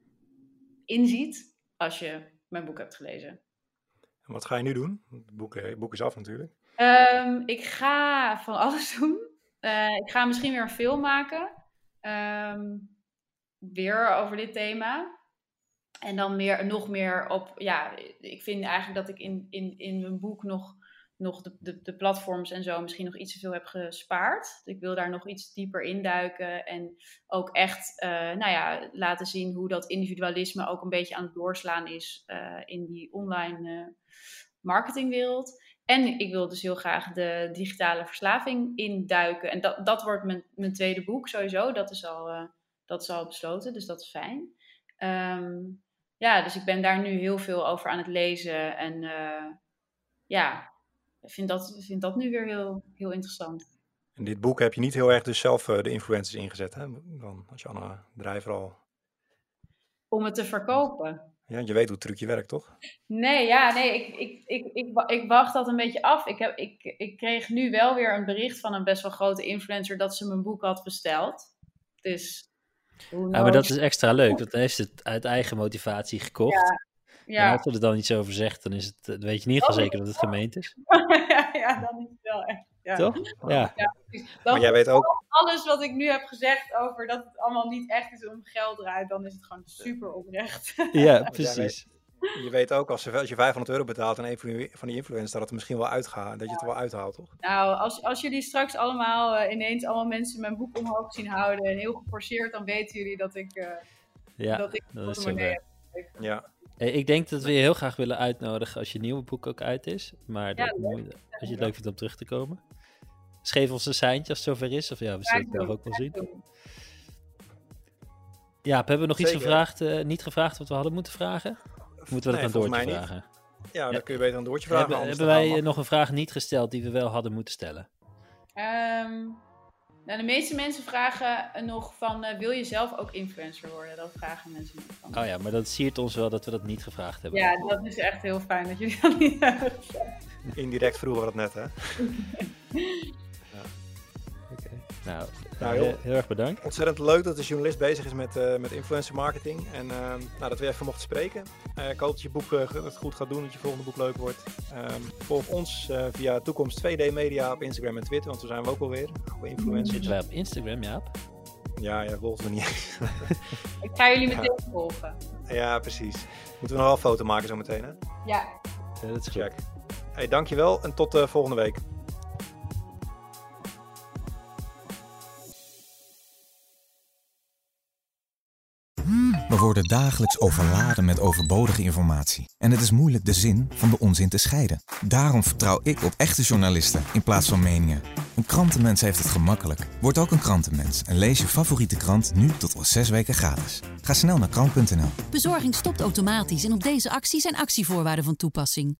inziet als je mijn boek hebt gelezen. En wat ga je nu doen? Het boek, het boek is af natuurlijk. Um, ik ga van alles doen. Uh, ik ga misschien weer een film maken. Um, weer over dit thema. En dan meer, nog meer op... Ja, ik vind eigenlijk dat ik in, in, in mijn boek nog, nog de, de, de platforms en zo misschien nog iets te veel heb gespaard. Ik wil daar nog iets dieper induiken. En ook echt uh, nou ja, laten zien hoe dat individualisme ook een beetje aan het doorslaan is uh, in die online uh, marketingwereld. En ik wil dus heel graag de digitale verslaving induiken. En dat, dat wordt mijn, mijn tweede boek sowieso. Dat is, al, uh, dat is al besloten, dus dat is fijn. Um, ja, dus ik ben daar nu heel veel over aan het lezen. En uh, ja, ik vind dat, vind dat nu weer heel, heel interessant. In dit boek heb je niet heel erg dus zelf uh, de influencers ingezet, hè? Dan als je Anne Drijver al... Om het te verkopen. Ja, je weet hoe het trucje werkt, toch? Nee, ja, nee, ik, ik, ik, ik, ik wacht dat een beetje af. Ik, heb, ik, ik kreeg nu wel weer een bericht van een best wel grote influencer dat ze mijn boek had besteld. Dus... Ja, maar dat is extra leuk, want dan heeft ze het uit eigen motivatie gekocht. Ja, ja. En als ze er dan iets over zegt, dan is het, dan weet je in ieder geval zeker dat het gemeend is. ja, ja, dan is het wel echt. Ja. Toch? Ja. ja maar jij weet ook... Alles wat ik nu heb gezegd over dat het allemaal niet echt is om geld draait, dan is het gewoon super oprecht. Ja, precies. Je weet ook, als je, als je vijfhonderd euro betaalt aan een van die influencers, dat het misschien wel uitgaat, dat je het er wel uithaalt, toch? Nou, als, als jullie straks allemaal uh, ineens allemaal mensen mijn boek omhoog zien houden en heel geforceerd, dan weten jullie dat ik uh, ja, dat ik dat is zo heb. Ja. Hey, ik denk dat we je heel graag willen uitnodigen als je nieuwe boek ook uit is, maar dat ja, moet, als je het leuk vindt om terug te komen. Geef ons een seintje als het zover is, of ja, we zullen het zelf ook wel zien. Ja, hebben we nog Zeker. iets gevraagd, uh, niet gevraagd wat we hadden moeten vragen? Of moeten we dat nee, aan Doortje vragen? Ja, dan ja. kun je beter een doortje vragen. Hebben, hebben wij nog een vraag niet gesteld die we wel hadden moeten stellen? Um, nou, de meeste mensen vragen nog van, uh, wil je zelf ook influencer worden? Dat vragen mensen nog van. Oh ja, maar dat siert ons wel dat we dat niet gevraagd hebben. Ja, dat is echt heel fijn dat jullie dat niet hebben gezegd. Indirect vroegen we dat net, hè? Ja. Oké. Okay. Nou, nou heel, heel erg bedankt. Ontzettend leuk dat de journalist bezig is met, uh, met influencer marketing. En uh, nou, dat we even mochten spreken. Uh, ik hoop dat je boek uh, het goed gaat doen, dat je volgende boek leuk wordt. Um, volg ons uh, via Toekomst twee D Media op Instagram en Twitter, want we zijn we ook alweer. Goede influencers. Zitten wij op Instagram, Jaap? Ja, ja, volgens me niet eens. Ik ga jullie meteen ja. volgen. Ja, precies. Moeten we nog wel een foto maken zo meteen, hè? Ja. Ja, dat is goed. Check. Hey, dankjewel en tot uh, volgende week. We worden dagelijks overladen met overbodige informatie. En het is moeilijk de zin van de onzin te scheiden. Daarom vertrouw ik op echte journalisten in plaats van meningen. Een krantenmens heeft het gemakkelijk. Word ook een krantenmens en lees je favoriete krant nu tot wel zes weken gratis. Ga snel naar krant punt n l. Bezorging stopt automatisch en op deze actie zijn actievoorwaarden van toepassing.